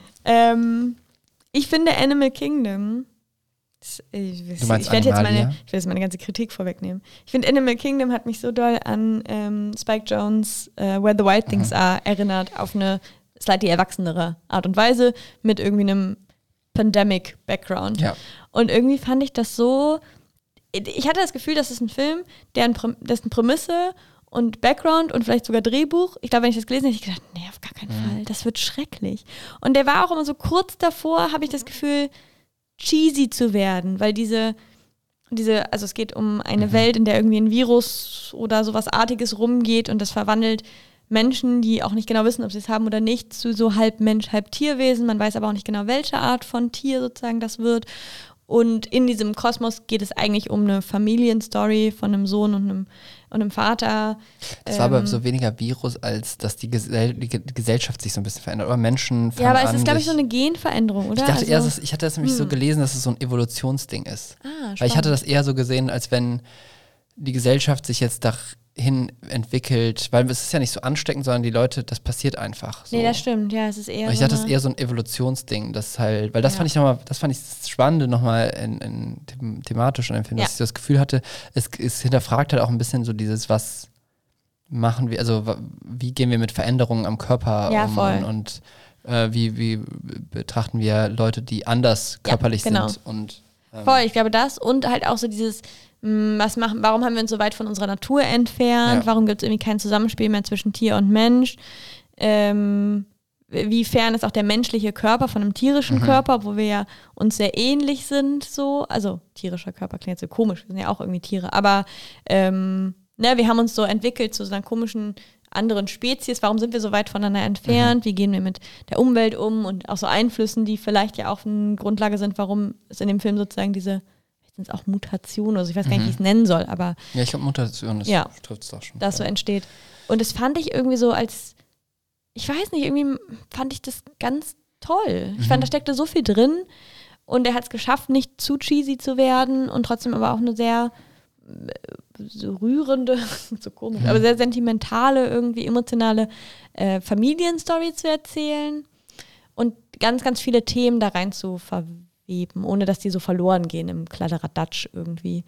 ähm, ich finde Animal Kingdom. das- Ich, Du meinst ich werde jetzt Animalia? meine, ich werde jetzt meine ganze Kritik vorwegnehmen. Ich finde Animal Kingdom hat mich so doll an ähm, Spike Jonze äh, Where the Wild Things Mhm. Are erinnert, auf eine slightly erwachsenere Art und Weise mit irgendwie einem Pandemic-Background. Ja. Und irgendwie fand ich das so, ich hatte das Gefühl, das ist ein Film, deren Präm- dessen Prämisse und Background und vielleicht sogar Drehbuch, ich glaube, wenn ich das gelesen hätte, hätte ich gedacht, nee, auf gar keinen Mhm. Fall, das wird schrecklich. Und der war auch immer so kurz davor, habe ich das Gefühl, cheesy zu werden, weil diese, diese, also es geht um eine Mhm. Welt, in der irgendwie ein Virus oder sowas Artiges rumgeht und das verwandelt Menschen, die auch nicht genau wissen, ob sie es haben oder nicht, zu so halb Mensch, halb Tierwesen. Man weiß aber auch nicht genau, welche Art von Tier sozusagen das wird. Und in diesem Kosmos geht es eigentlich um eine Familienstory von einem Sohn und einem, und einem Vater. Das war aber Ähm, so weniger Virus, als dass die, Gesell die Ge- Gesellschaft sich so ein bisschen verändert. Oder Menschen fangen Ja, aber es an, ist, glaube ich, sich- so eine Genveränderung, oder? Ich dachte also, eher, dass- ich hatte das nämlich so hm. gelesen, dass es so ein Evolutionsding ist. ah, Weil ich hatte spannend. das eher so gesehen, als wenn die Gesellschaft sich jetzt dahin entwickelt, weil es ist ja nicht so ansteckend, sondern die Leute, das passiert einfach. So. Nee, das stimmt, ja, es ist eher Und ich so dachte, das eine, ist eher so ein Evolutionsding, das halt, weil das Ja. fand ich nochmal, das fand ich das Spannende nochmal in, in, them- thematisch an dem Film, Ja. dass ich das Gefühl hatte, es, es hinterfragt halt auch ein bisschen so dieses, was machen wir, also wa- wie gehen wir mit Veränderungen am Körper Ja, um voll. und, und äh, wie, wie betrachten wir Leute, die anders Ja, körperlich genau. sind und ähm, voll, ich glaube das und halt auch so dieses, mh, was machen, warum haben wir uns so weit von unserer Natur entfernt, Ja. warum gibt es irgendwie kein Zusammenspiel mehr zwischen Tier und Mensch, ähm, wie fern ist auch der menschliche Körper von einem tierischen Mhm. Körper, obwohl wir ja uns sehr ähnlich sind, so, also tierischer Körper klingt jetzt so komisch, wir sind ja auch irgendwie Tiere, aber ähm, ne, wir haben uns so entwickelt zu so einer komischen anderen Spezies, warum sind wir so weit voneinander entfernt, wie gehen wir mit der Umwelt um und auch so Einflüssen, die vielleicht ja auch eine Grundlage sind, warum es in dem Film sozusagen diese, sind es auch Mutationen, also ich weiß gar nicht, Mhm. wie ich es nennen soll, aber ja, ich glaube Mutation, das Ja. trifft es doch schon. das so voll. entsteht. Und das fand ich irgendwie so als, ich weiß nicht, irgendwie fand ich das ganz toll. Ich Mhm. fand, da steckte so viel drin und er hat es geschafft, nicht zu cheesy zu werden und trotzdem aber auch eine sehr äh, so rührende, so komisch, Mhm. aber sehr sentimentale, irgendwie emotionale äh, Familienstory zu erzählen und ganz, ganz viele Themen da rein zu verweben, ohne dass die so verloren gehen im Kladderadatsch irgendwie.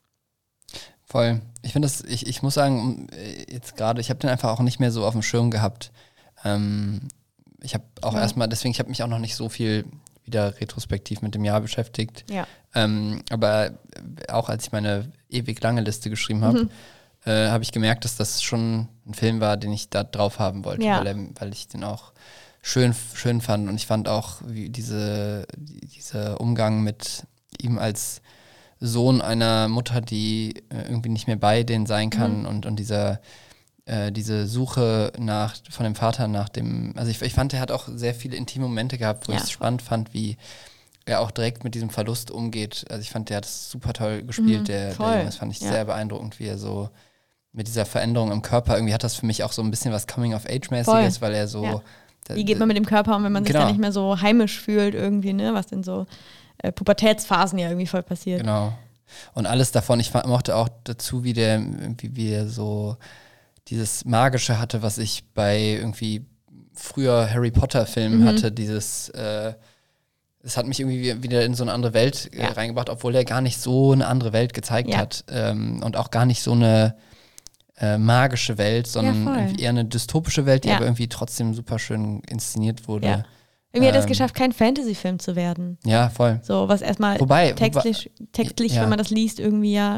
Voll. Ich finde das, ich, ich muss sagen, um, äh, jetzt gerade, ich habe den einfach auch nicht mehr so auf dem Schirm gehabt. Ähm, ich habe auch Ja. erstmal, deswegen, ich habe mich auch noch nicht so viel wieder retrospektiv mit dem Jahr beschäftigt. Ja. Ähm, aber auch als ich meine ewig lange Liste geschrieben habe, Mhm. äh, habe ich gemerkt, dass das schon ein Film war, den ich da drauf haben wollte, Ja. weil, er, weil ich den auch schön, schön fand. Und ich fand auch, wie diese, die, dieser Umgang mit ihm als Sohn einer Mutter, die äh, irgendwie nicht mehr bei denen sein kann Mhm. und, und dieser äh, diese Suche nach von dem Vater nach dem, also ich, ich fand, er hat auch sehr viele intime Momente gehabt, wo Ja, ich es voll. spannend fand, wie er auch direkt mit diesem Verlust umgeht. Also ich fand, der hat es super toll gespielt, Mhm, der, voll. der Junge. Das fand ich Ja. sehr beeindruckend, wie er so mit dieser Veränderung im Körper, irgendwie hat das für mich auch so ein bisschen was Coming-of-Age-mäßiges, weil er so Ja. da- Wie geht man mit dem Körper um, wenn man sich Genau. da nicht mehr so heimisch fühlt irgendwie, ne? Was in so äh, Pubertätsphasen ja irgendwie voll passiert. Genau. Und alles davon, ich fa- mochte auch dazu, wie der, wie, wie er so dieses Magische hatte, was ich bei irgendwie früher Harry Potter-Filmen Mhm. hatte, dieses, äh, es hat mich irgendwie wie- wieder in so eine andere Welt äh, Ja. reingebracht, obwohl er gar nicht so eine andere Welt gezeigt Ja. hat ähm, und auch gar nicht so eine äh, magische Welt, sondern voll. irgendwie eher eine dystopische Welt, die Ja. aber irgendwie trotzdem super schön inszeniert wurde. Ja. Irgendwie hat er es Ähm, geschafft, kein Fantasy-Film zu werden. Ja, voll. So, was erstmal Wobei, textlich, textlich ja. wenn man das liest, irgendwie ja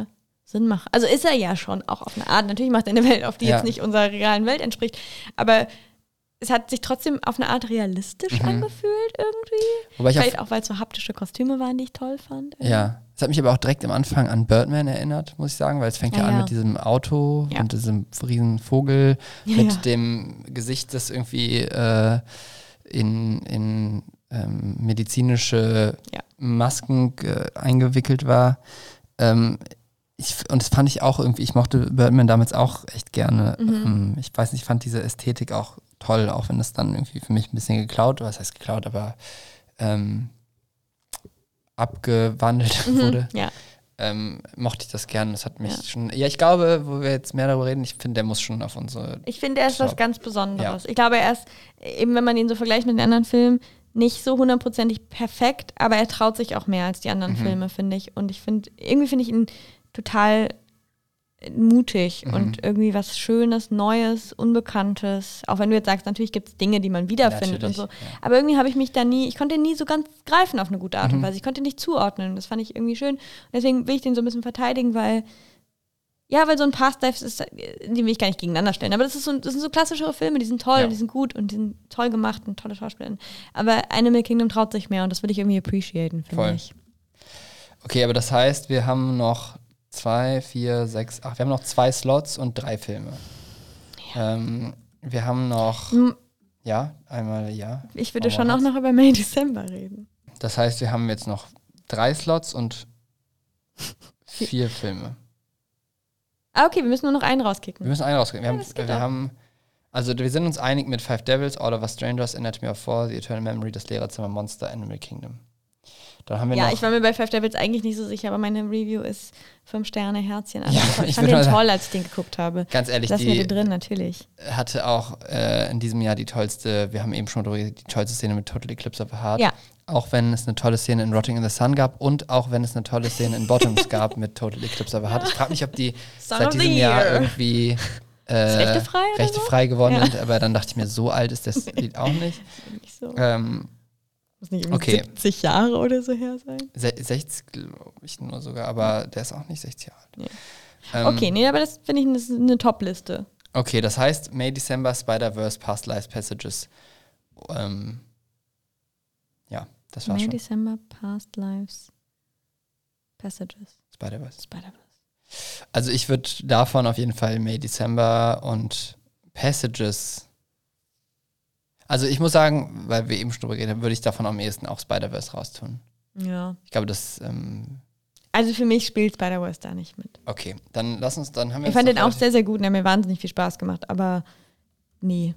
Sinn macht. Also ist er ja schon auch auf eine Art. Natürlich macht er eine Welt, auf die Ja. jetzt nicht unserer realen Welt entspricht. Aber es hat sich trotzdem auf eine Art realistisch Mhm. angefühlt irgendwie. Wobei ich Vielleicht auf, auch, weil es so haptische Kostüme waren, die ich toll fand. ja, es hat mich aber auch direkt am Anfang an Birdman erinnert, muss ich sagen, weil es fängt ja, Ja, an ja. mit diesem Auto Ja. und diesem riesen Vogel Ja, mit ja. dem Gesicht, das irgendwie äh, in, in ähm, medizinische Ja. Masken äh, eingewickelt war. Ähm, ich, und das fand ich auch irgendwie, ich mochte Birdman damals auch echt gerne. Mhm. Ähm, ich weiß nicht, ich fand diese Ästhetik auch toll, auch wenn das dann irgendwie für mich ein bisschen geklaut, was heißt geklaut, aber ähm, abgewandelt Mhm. wurde. Ja. Ähm, mochte ich das gerne. Das hat mich Ja. schon. Ja, ich glaube, wo wir jetzt mehr darüber reden, ich finde, der muss schon auf unsere. Ich finde, er ist was Top. ganz Besonderes. Ich glaube, er ist, eben wenn man ihn so vergleicht mit den anderen Filmen, nicht so hundertprozentig perfekt, aber er traut sich auch mehr als die anderen Mhm. Filme, finde ich. Und ich finde, irgendwie finde ich ihn total mutig Mhm. und irgendwie was Schönes, Neues, Unbekanntes. Auch wenn du jetzt sagst, natürlich gibt es Dinge, die man wiederfindet und Natürlich, so. ja. Aber irgendwie habe ich mich da nie, ich konnte ihn nie so ganz greifen auf eine gute Art und Mhm. Weise. Ich konnte ihn nicht zuordnen. Das fand ich irgendwie schön. Und deswegen will ich den so ein bisschen verteidigen, weil ja, weil so ein Past Lives ist, die will ich gar nicht gegeneinander stellen. Aber das, ist so, das sind so klassischere Filme, die sind toll, Ja. die sind gut und die sind toll gemacht und tolle Schauspielerin. Aber Animal Kingdom traut sich mehr und das will ich irgendwie appreciaten, finde Voll. ich. Okay, aber das heißt, wir haben noch zwei, vier, sechs, acht. Wir haben noch zwei Slots und drei Filme. Ähm, wir haben noch. Hm, Ja, einmal ja. Ich würde Frau schon auch Moritz. noch über May December reden. Das heißt, wir haben jetzt noch drei Slots und vier Filme. Ah, okay, wir müssen nur noch einen Wir rauskicken. müssen einen rauskriegen. Wir, Ja, haben, das geht wir auch. haben, also wir sind uns einig mit Five Devils, All of Us Strangers, Anatomy of Fall, The Eternal Memory, Das Lehrerzimmer, Monster, Animal Kingdom. Dann haben wir Ja, noch. ich war mir bei Five Devils eigentlich nicht so sicher, aber meine Review ist fünf Sterne, Herzchen. Also Ja, ich ich fand würde den mal toll, als ich den geguckt habe. Ganz ehrlich, Lass mir die den drin, natürlich. hatte auch äh, in diesem Jahr die tollste, wir haben eben schon drüber geredet, die tollste Szene mit Total Eclipse of the Heart. Ja. Auch wenn es eine tolle Szene in Rotting in the Sun gab und auch wenn es eine tolle Szene in Bottoms gab mit Total Eclipse of the Heart. Ich frage mich, ob die Song seit of the diesem Jahr Year. irgendwie äh, rechtefrei oder rechtefrei geworden Ja. sind, aber dann dachte ich mir, so alt ist das Lied auch nicht. Nicht so. Ähm, Muss nicht irgendwie okay. siebzig Jahre oder so her sein. se- sechzig, glaube ich nur sogar, aber der ist auch nicht sechzig Jahre alt. Ja. Ähm, Okay, nee, aber das finde ich das ist eine Top-Liste. Okay, das heißt May, December, Spider-Verse, Past Lives, Passages. Ähm, ja, das war's May, schon. December, Past Lives, Passages, Spider-Verse. Spider-Verse. Also ich würde davon auf jeden Fall May, December und Passages. Also ich muss sagen, weil wir eben schon drüber geredet haben, würde ich davon am ehesten auch Spider-Verse raustun. Ja. Ich glaube, das, ähm, Also für mich spielt Spider-Verse da nicht mit. okay, dann lass uns, dann haben wir Ich uns fand doch den auch relativ- sehr, sehr gut und er hat mir wahnsinnig viel Spaß gemacht, aber nee.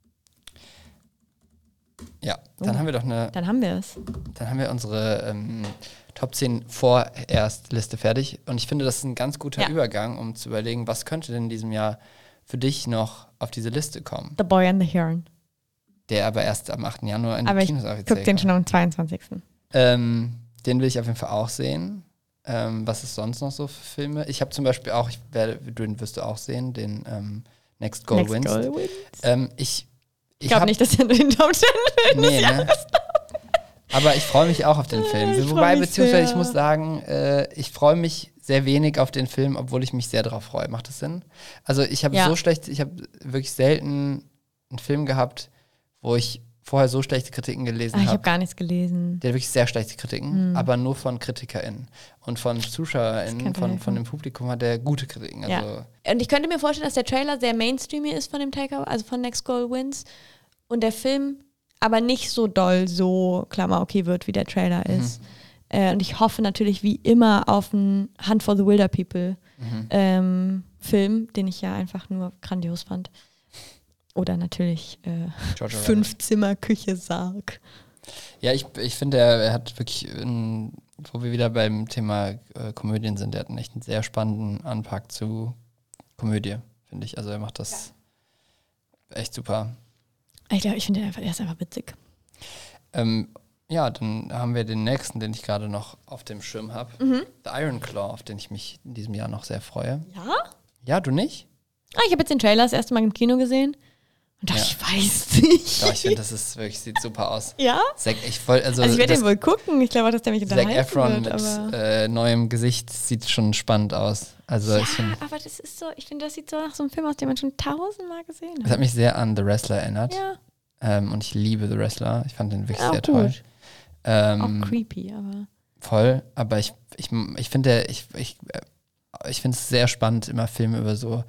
Ja, dann Oh. haben wir doch eine, Dann haben wir es. dann haben wir unsere ähm, Top zehn vorerst Liste fertig. Und ich finde, das ist ein ganz guter Ja. Übergang, um zu überlegen, was könnte denn in diesem Jahr für dich noch auf diese Liste kommen. The Boy and the Heron. Der aber erst am achten Januar in die Aber ich Kinos offiziell guck den kommt. schon am zweiundzwanzigsten Ähm, den will ich auf jeden Fall auch sehen. Ähm, was ist sonst noch so für Filme? Ich habe zum Beispiel auch, ich werde, den wirst du auch sehen, den ähm, Next Goal Next Wins. Goal Wins. Ähm, ich Ich glaube hab- nicht, dass er nur den Top Ten Nee, ne? Aber ich freue mich auch auf den Film. ich freu Wobei, mich beziehungsweise ich sehr. muss sagen, äh, ich freue mich sehr wenig auf den Film, obwohl ich mich sehr darauf freue. Macht das Sinn? Also ich habe Ja. so schlecht, ich habe wirklich selten einen Film gehabt, wo ich vorher so schlechte Kritiken gelesen Ah, ich habe habe. gar nichts gelesen. Der hat wirklich sehr schlechte Kritiken, aber nur von KritikerInnen. Und von Das ZuschauerInnen, könnte von, helfen. von dem Publikum hat er gute Kritiken. Also, Ja. Und ich könnte mir vorstellen, dass der Trailer sehr mainstreamy ist von dem Takeover, also von Next Goal Wins. Und der Film aber nicht so doll so Klammer okay wird, wie der Trailer ist. Äh, und ich hoffe natürlich wie immer auf einen Hunt for the Wilder People mhm. ähm, Film, den ich ja einfach nur grandios fand. Oder natürlich äh, George Orwell. Fünf-Zimmer-Küche-Sarg. Ja, ich, ich finde, er, er hat wirklich, ein, wo wir wieder beim Thema äh, Komödien sind, er hat einen echt einen sehr spannenden Anpack zu Komödie, finde ich. Also er macht das echt super. Ich glaube, ich finde den einfach, der ist einfach witzig. Ähm, ja, dann haben wir den nächsten, den ich gerade noch auf dem Schirm habe. The Iron Claw, auf den ich mich in diesem Jahr noch sehr freue. Ja? Ja, du nicht? Ah, ich habe jetzt den Trailer das erste Mal im Kino gesehen. Und dachte, Ja. ich weiß nicht. Doch, ich finde, das ist wirklich, sieht super aus. Ja? Zac, ich wollt, also, Also ich werde das- den wohl gucken. Ich glaube auch, dass der mich Zac unterhalten Efron wird. mit Aber äh, neuem Gesicht sieht schon spannend aus. Also ja, ich finde, aber das ist so, ich finde, das sieht so nach so einem Film aus, den man schon tausendmal gesehen das hat. hat mich sehr an The Wrestler erinnert. Ja, Ähm, und ich liebe The Wrestler. Ich fand den wirklich Ja, auch sehr toll. gut. Ähm, auch creepy, aber Voll, aber ich, ich, ich finde, ich, ich, äh, ich finde es sehr spannend, immer Filme über so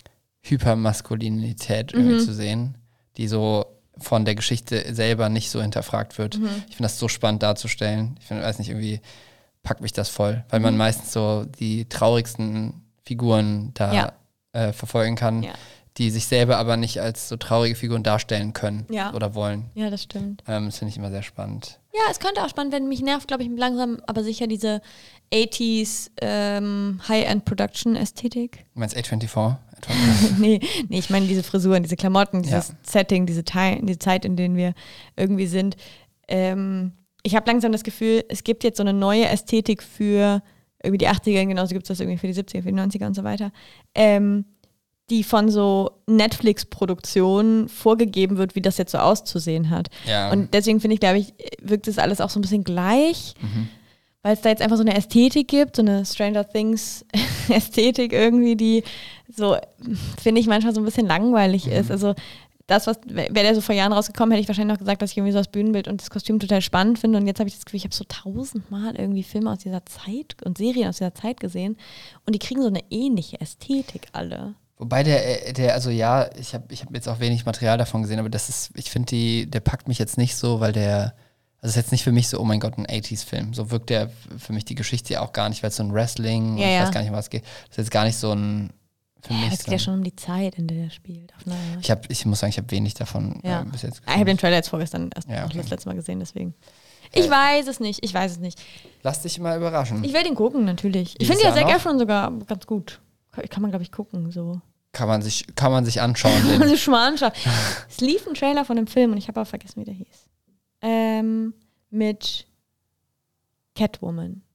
Hypermaskulinität irgendwie Mhm. zu sehen, die so von der Geschichte selber nicht so hinterfragt wird. Mhm. Ich finde das so spannend darzustellen. Ich finde, weiß nicht, irgendwie packt mich das voll, weil man Mhm. meistens so die traurigsten Figuren da Ja. äh, verfolgen kann, Ja. die sich selber aber nicht als so traurige Figuren darstellen können Ja. oder wollen. ja, das stimmt. Ähm, das finde ich immer sehr spannend. Ja, es könnte auch spannend werden. Mich nervt, glaube ich, langsam, aber sicher diese achtziger ähm, High-End-Production-Ästhetik. Du meinst A vierundzwanzig? nee, nee, ich meine diese Frisuren, diese Klamotten, dieses Ja. Setting, diese, Teil, diese Zeit, in denen wir irgendwie sind. Ähm, ich habe langsam das Gefühl, es gibt jetzt so eine neue Ästhetik für irgendwie die achtziger, genauso gibt es das irgendwie für die siebziger, für die neunziger und so weiter, ähm, die von so Netflix-Produktionen vorgegeben wird, wie das jetzt so auszusehen hat. Ja. Und deswegen finde ich, glaube ich, wirkt das alles auch so ein bisschen gleich, Mhm. weil es da jetzt einfach so eine Ästhetik gibt, so eine Stranger Things Ästhetik irgendwie, die so, finde ich, manchmal so ein bisschen langweilig ist. Also das, was, wäre der so vor Jahren rausgekommen, hätte ich wahrscheinlich noch gesagt, dass ich irgendwie so das Bühnenbild und das Kostüm total spannend finde. Und jetzt habe ich das Gefühl, ich habe so tausendmal irgendwie Filme aus dieser Zeit und Serien aus dieser Zeit gesehen und die kriegen so eine ähnliche Ästhetik alle. Wobei der, äh, der, also ja, ich habe ich hab jetzt auch wenig Material davon gesehen, aber das ist, ich finde, die, der packt mich jetzt nicht so, weil der, also ist jetzt nicht für mich so, oh mein Gott, ein achtziger-Film. So wirkt der für mich die Geschichte ja auch gar nicht, weil es so ein Wrestling, Ja, und ich ja. weiß gar nicht, um was es geht. Das ist jetzt gar nicht so ein, für Ja, mich es so geht ja ein, schon um die Zeit, in der der spielt. Auf eine, ich, hab, ich muss sagen, ich habe wenig davon Ja. äh, bis jetzt ich habe den Trailer jetzt vorgestern erst Ja, auch okay. das letzte Mal gesehen, deswegen. Ich Äh. weiß es nicht, ich weiß es nicht. Lass dich mal überraschen. Ich werde ihn gucken, natürlich. Ich Dieses finde ja Jahr Zac noch? Efron sogar ganz gut. Kann man, glaube ich, gucken, so. Kann man sich, kann man sich anschauen. Den. Also Schmarrnschaft. Es lief ein Trailer von einem Film und ich habe auch vergessen, wie der hieß. Ähm, mit Catwoman.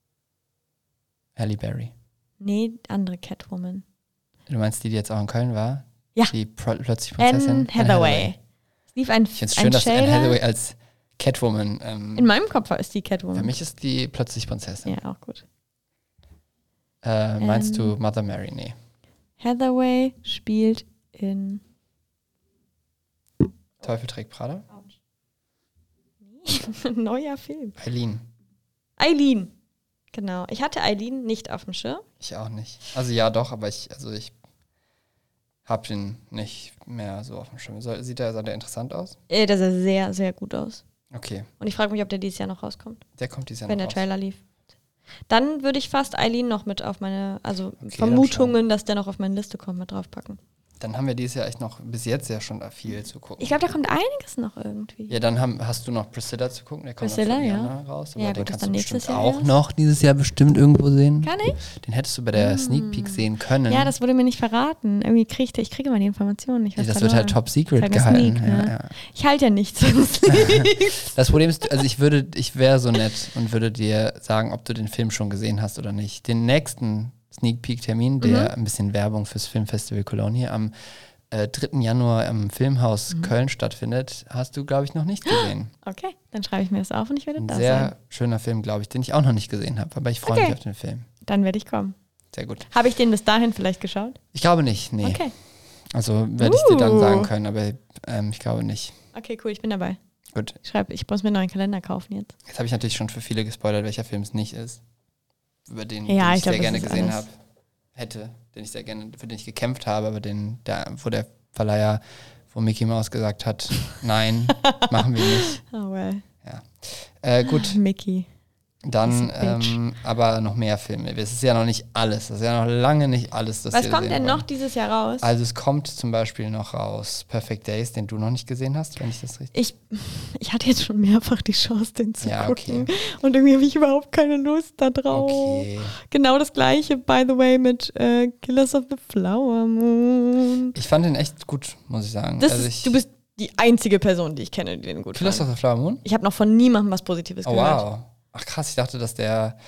Halle Berry. Nee, andere Catwoman. Du meinst die, die jetzt auch in Köln war? Ja. Die pro plötzlich Prinzessin? Anne Hathaway. Es lief ein, Ich finde es ein schön, dass Anne Trailer. Hathaway als Catwoman, ähm, In meinem Kopf ist die für Catwoman. mich ist die plötzlich Prinzessin. Ja, auch gut. Äh, meinst Ähm. du Mother Mary? Nee. Hathaway spielt in Teufel trägt Prada? neuer Film. Eileen. Eileen. Genau. Ich hatte Eileen nicht auf dem Schirm. Ich auch nicht. Also ja, doch, aber ich, also ich habe den nicht mehr so auf dem Schirm. Soll, sieht der, sah der interessant aus? Äh, der sah sehr, sehr gut aus. Okay, Und ich frage mich, ob der dieses Jahr noch rauskommt, der kommt dieses Jahr wenn noch der raus. Trailer lief. Dann würde ich fast Eileen noch mit auf meine, also Okay, dann Vermutungen, dass der noch auf meine Liste kommt, mit draufpacken. Dann haben wir dieses Jahr echt noch, bis jetzt ja schon viel zu gucken. Ich glaube, da kommt einiges noch irgendwie. Ja, dann haben, hast du noch Priscilla zu gucken. Der kommt Priscilla, noch im ja. Januar raus. Aber Ja, den gut, das kannst dann du nächstes bestimmt Jahr auch erst. noch dieses Jahr bestimmt irgendwo sehen. Kann ich? Den hättest du bei der Mm. Sneak Peek sehen können. Ja, das wurde mir nicht verraten. Irgendwie kriegte ich kriege immer die Informationen nicht. Ja, das wird halt top secret Halt eine gehalten. Sneak, ja, ne? ja. Ich halte ja nichts von Sneaks. Das Problem ist, also ich würde, ich wäre so nett und würde dir sagen, ob du den Film schon gesehen hast oder nicht. Den nächsten Sneak Peek Termin, der Mhm. ein bisschen Werbung fürs Filmfestival Cologne hier am äh, dritten Januar im Filmhaus Mhm. Köln stattfindet, hast du, glaube ich, noch nicht gesehen. Okay, dann schreibe ich mir das auf und ich werde Ein da sehr sein. schöner Film, glaube ich, den ich auch noch nicht gesehen habe, aber ich freue Okay. mich auf den Film. Dann werde ich kommen. Sehr gut. Habe ich den bis dahin vielleicht geschaut? Ich glaube nicht, nee. Okay. Also werde ich dir dann Uh. sagen können, aber ähm, ich glaube nicht. Okay, cool, ich bin dabei. Gut, Ich schreibe, ich muss mir einen neuen Kalender kaufen jetzt. jetzt habe ich natürlich schon für viele gespoilert, welcher Film es nicht ist. Über den, Ja, den ich, ich glaub, sehr das gerne ist gesehen alles. habe. Hätte, den ich sehr gerne, für den ich gekämpft habe, aber den, der, wo der Verleiher, wo Mickey Mouse gesagt hat, nein, machen wir nicht. Oh well. Äh, gut, Mickey. dann He's a bitch. ähm, aber noch mehr Filme. Es ist ja noch nicht alles. Das ist ja noch lange nicht alles, das Was wir kommt sehen denn wollen. noch dieses Jahr raus? Also es kommt zum Beispiel noch raus Perfect Days, den du noch nicht gesehen hast, wenn ich das richtig... Ich, ich hatte jetzt schon mehrfach die Chance, den zu Ja, gucken. okay. Und irgendwie habe ich überhaupt keine Lust da drauf. Okay. Genau das gleiche, by the way, mit äh, Killers of the Flower Moon. Ich fand den echt gut, muss ich sagen. Das also ist, ich, du bist die einzige Person, die ich kenne, die den gut Killers fand. of the Flower Moon? Ich habe noch von niemandem was Positives Oh gehört. wow. Ach krass, ich dachte, dass der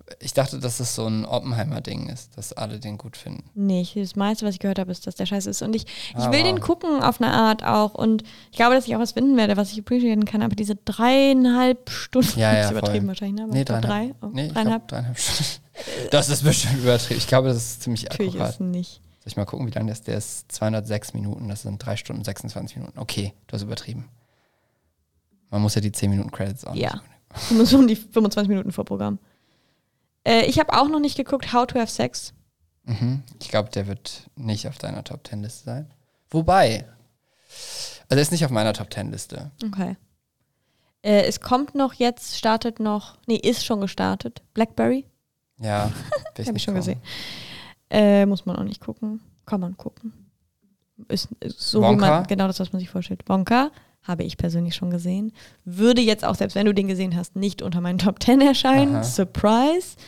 Ich dachte, dass es so ein Oppenheimer-Ding ist, dass alle den gut finden. Nee, ich- das meiste, was ich gehört habe, ist, dass der scheiße ist. Und ich, ich Ah, will wow. den gucken auf eine Art auch. Und ich glaube, dass ich auch was finden werde, was ich appreciaten kann. Aber diese dreieinhalb Stunden, Ja, ja, ist übertrieben voll. wahrscheinlich, ne? Aber Nee, ich glaub, drei, dreieinhalb. oh, Nee, ich dreieinhalb. glaub, dreieinhalb Stunden. Das ist bestimmt übertrieben. Ich glaube, das ist ziemlich Natürlich akkurat. ist nicht. Soll ich mal gucken, wie lang der ist? Der ist zweihundertsechs Minuten. Das sind drei Stunden sechsundzwanzig Minuten. Okay, du hast übertrieben. Man muss ja die zehn Minuten Credits auch Ja. nicht. Du musst um die fünfundzwanzig Minuten Vorprogramm. Äh, ich habe auch noch nicht geguckt, How to Have Sex. Mhm. Ich glaube, der wird nicht auf deiner Top Ten Liste sein. Wobei, also er ist nicht auf meiner Top Ten Liste. Okay. Äh, es kommt noch jetzt, startet noch, nee, ist schon gestartet. Blackberry. Ja, will ich Hab ich nicht schon gucken. gesehen. Äh, muss man auch nicht gucken. Kann man gucken. Ist, ist so Wonka? wie man, genau das, was man sich vorstellt. Wonka habe ich persönlich schon gesehen. Würde jetzt auch, selbst wenn du den gesehen hast, nicht unter meinen Top Ten erscheinen. Aha. Surprise.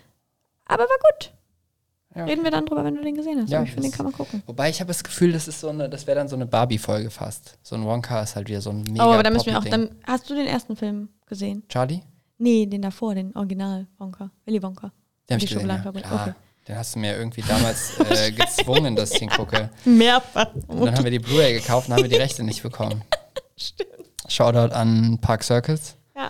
Aber war gut. Ja. Reden wir dann drüber, wenn du den gesehen hast. Ja, Aber ich finde, den das- kann man gucken. Wobei ich habe das Gefühl, das ist so eine, das wäre dann so eine Barbie-Folge fast. So ein Wonka ist halt wieder so ein mega Oh, aber dann müssen wir auch, Poppy-Ding. dann hast du den ersten Film gesehen? Charlie? Nee, den davor, den Original Wonka. Willy Wonka. Den habe Die ich gesehen, ja. Schokoladenfabrik, Klar. okay. Den hast du mir irgendwie damals äh, gezwungen, dass ich ihn gucke. Mehrfach. Und dann haben wir die Blu-ray gekauft und haben wir die Rechte nicht bekommen. Stimmt. Shoutout an Park Circus. Ja.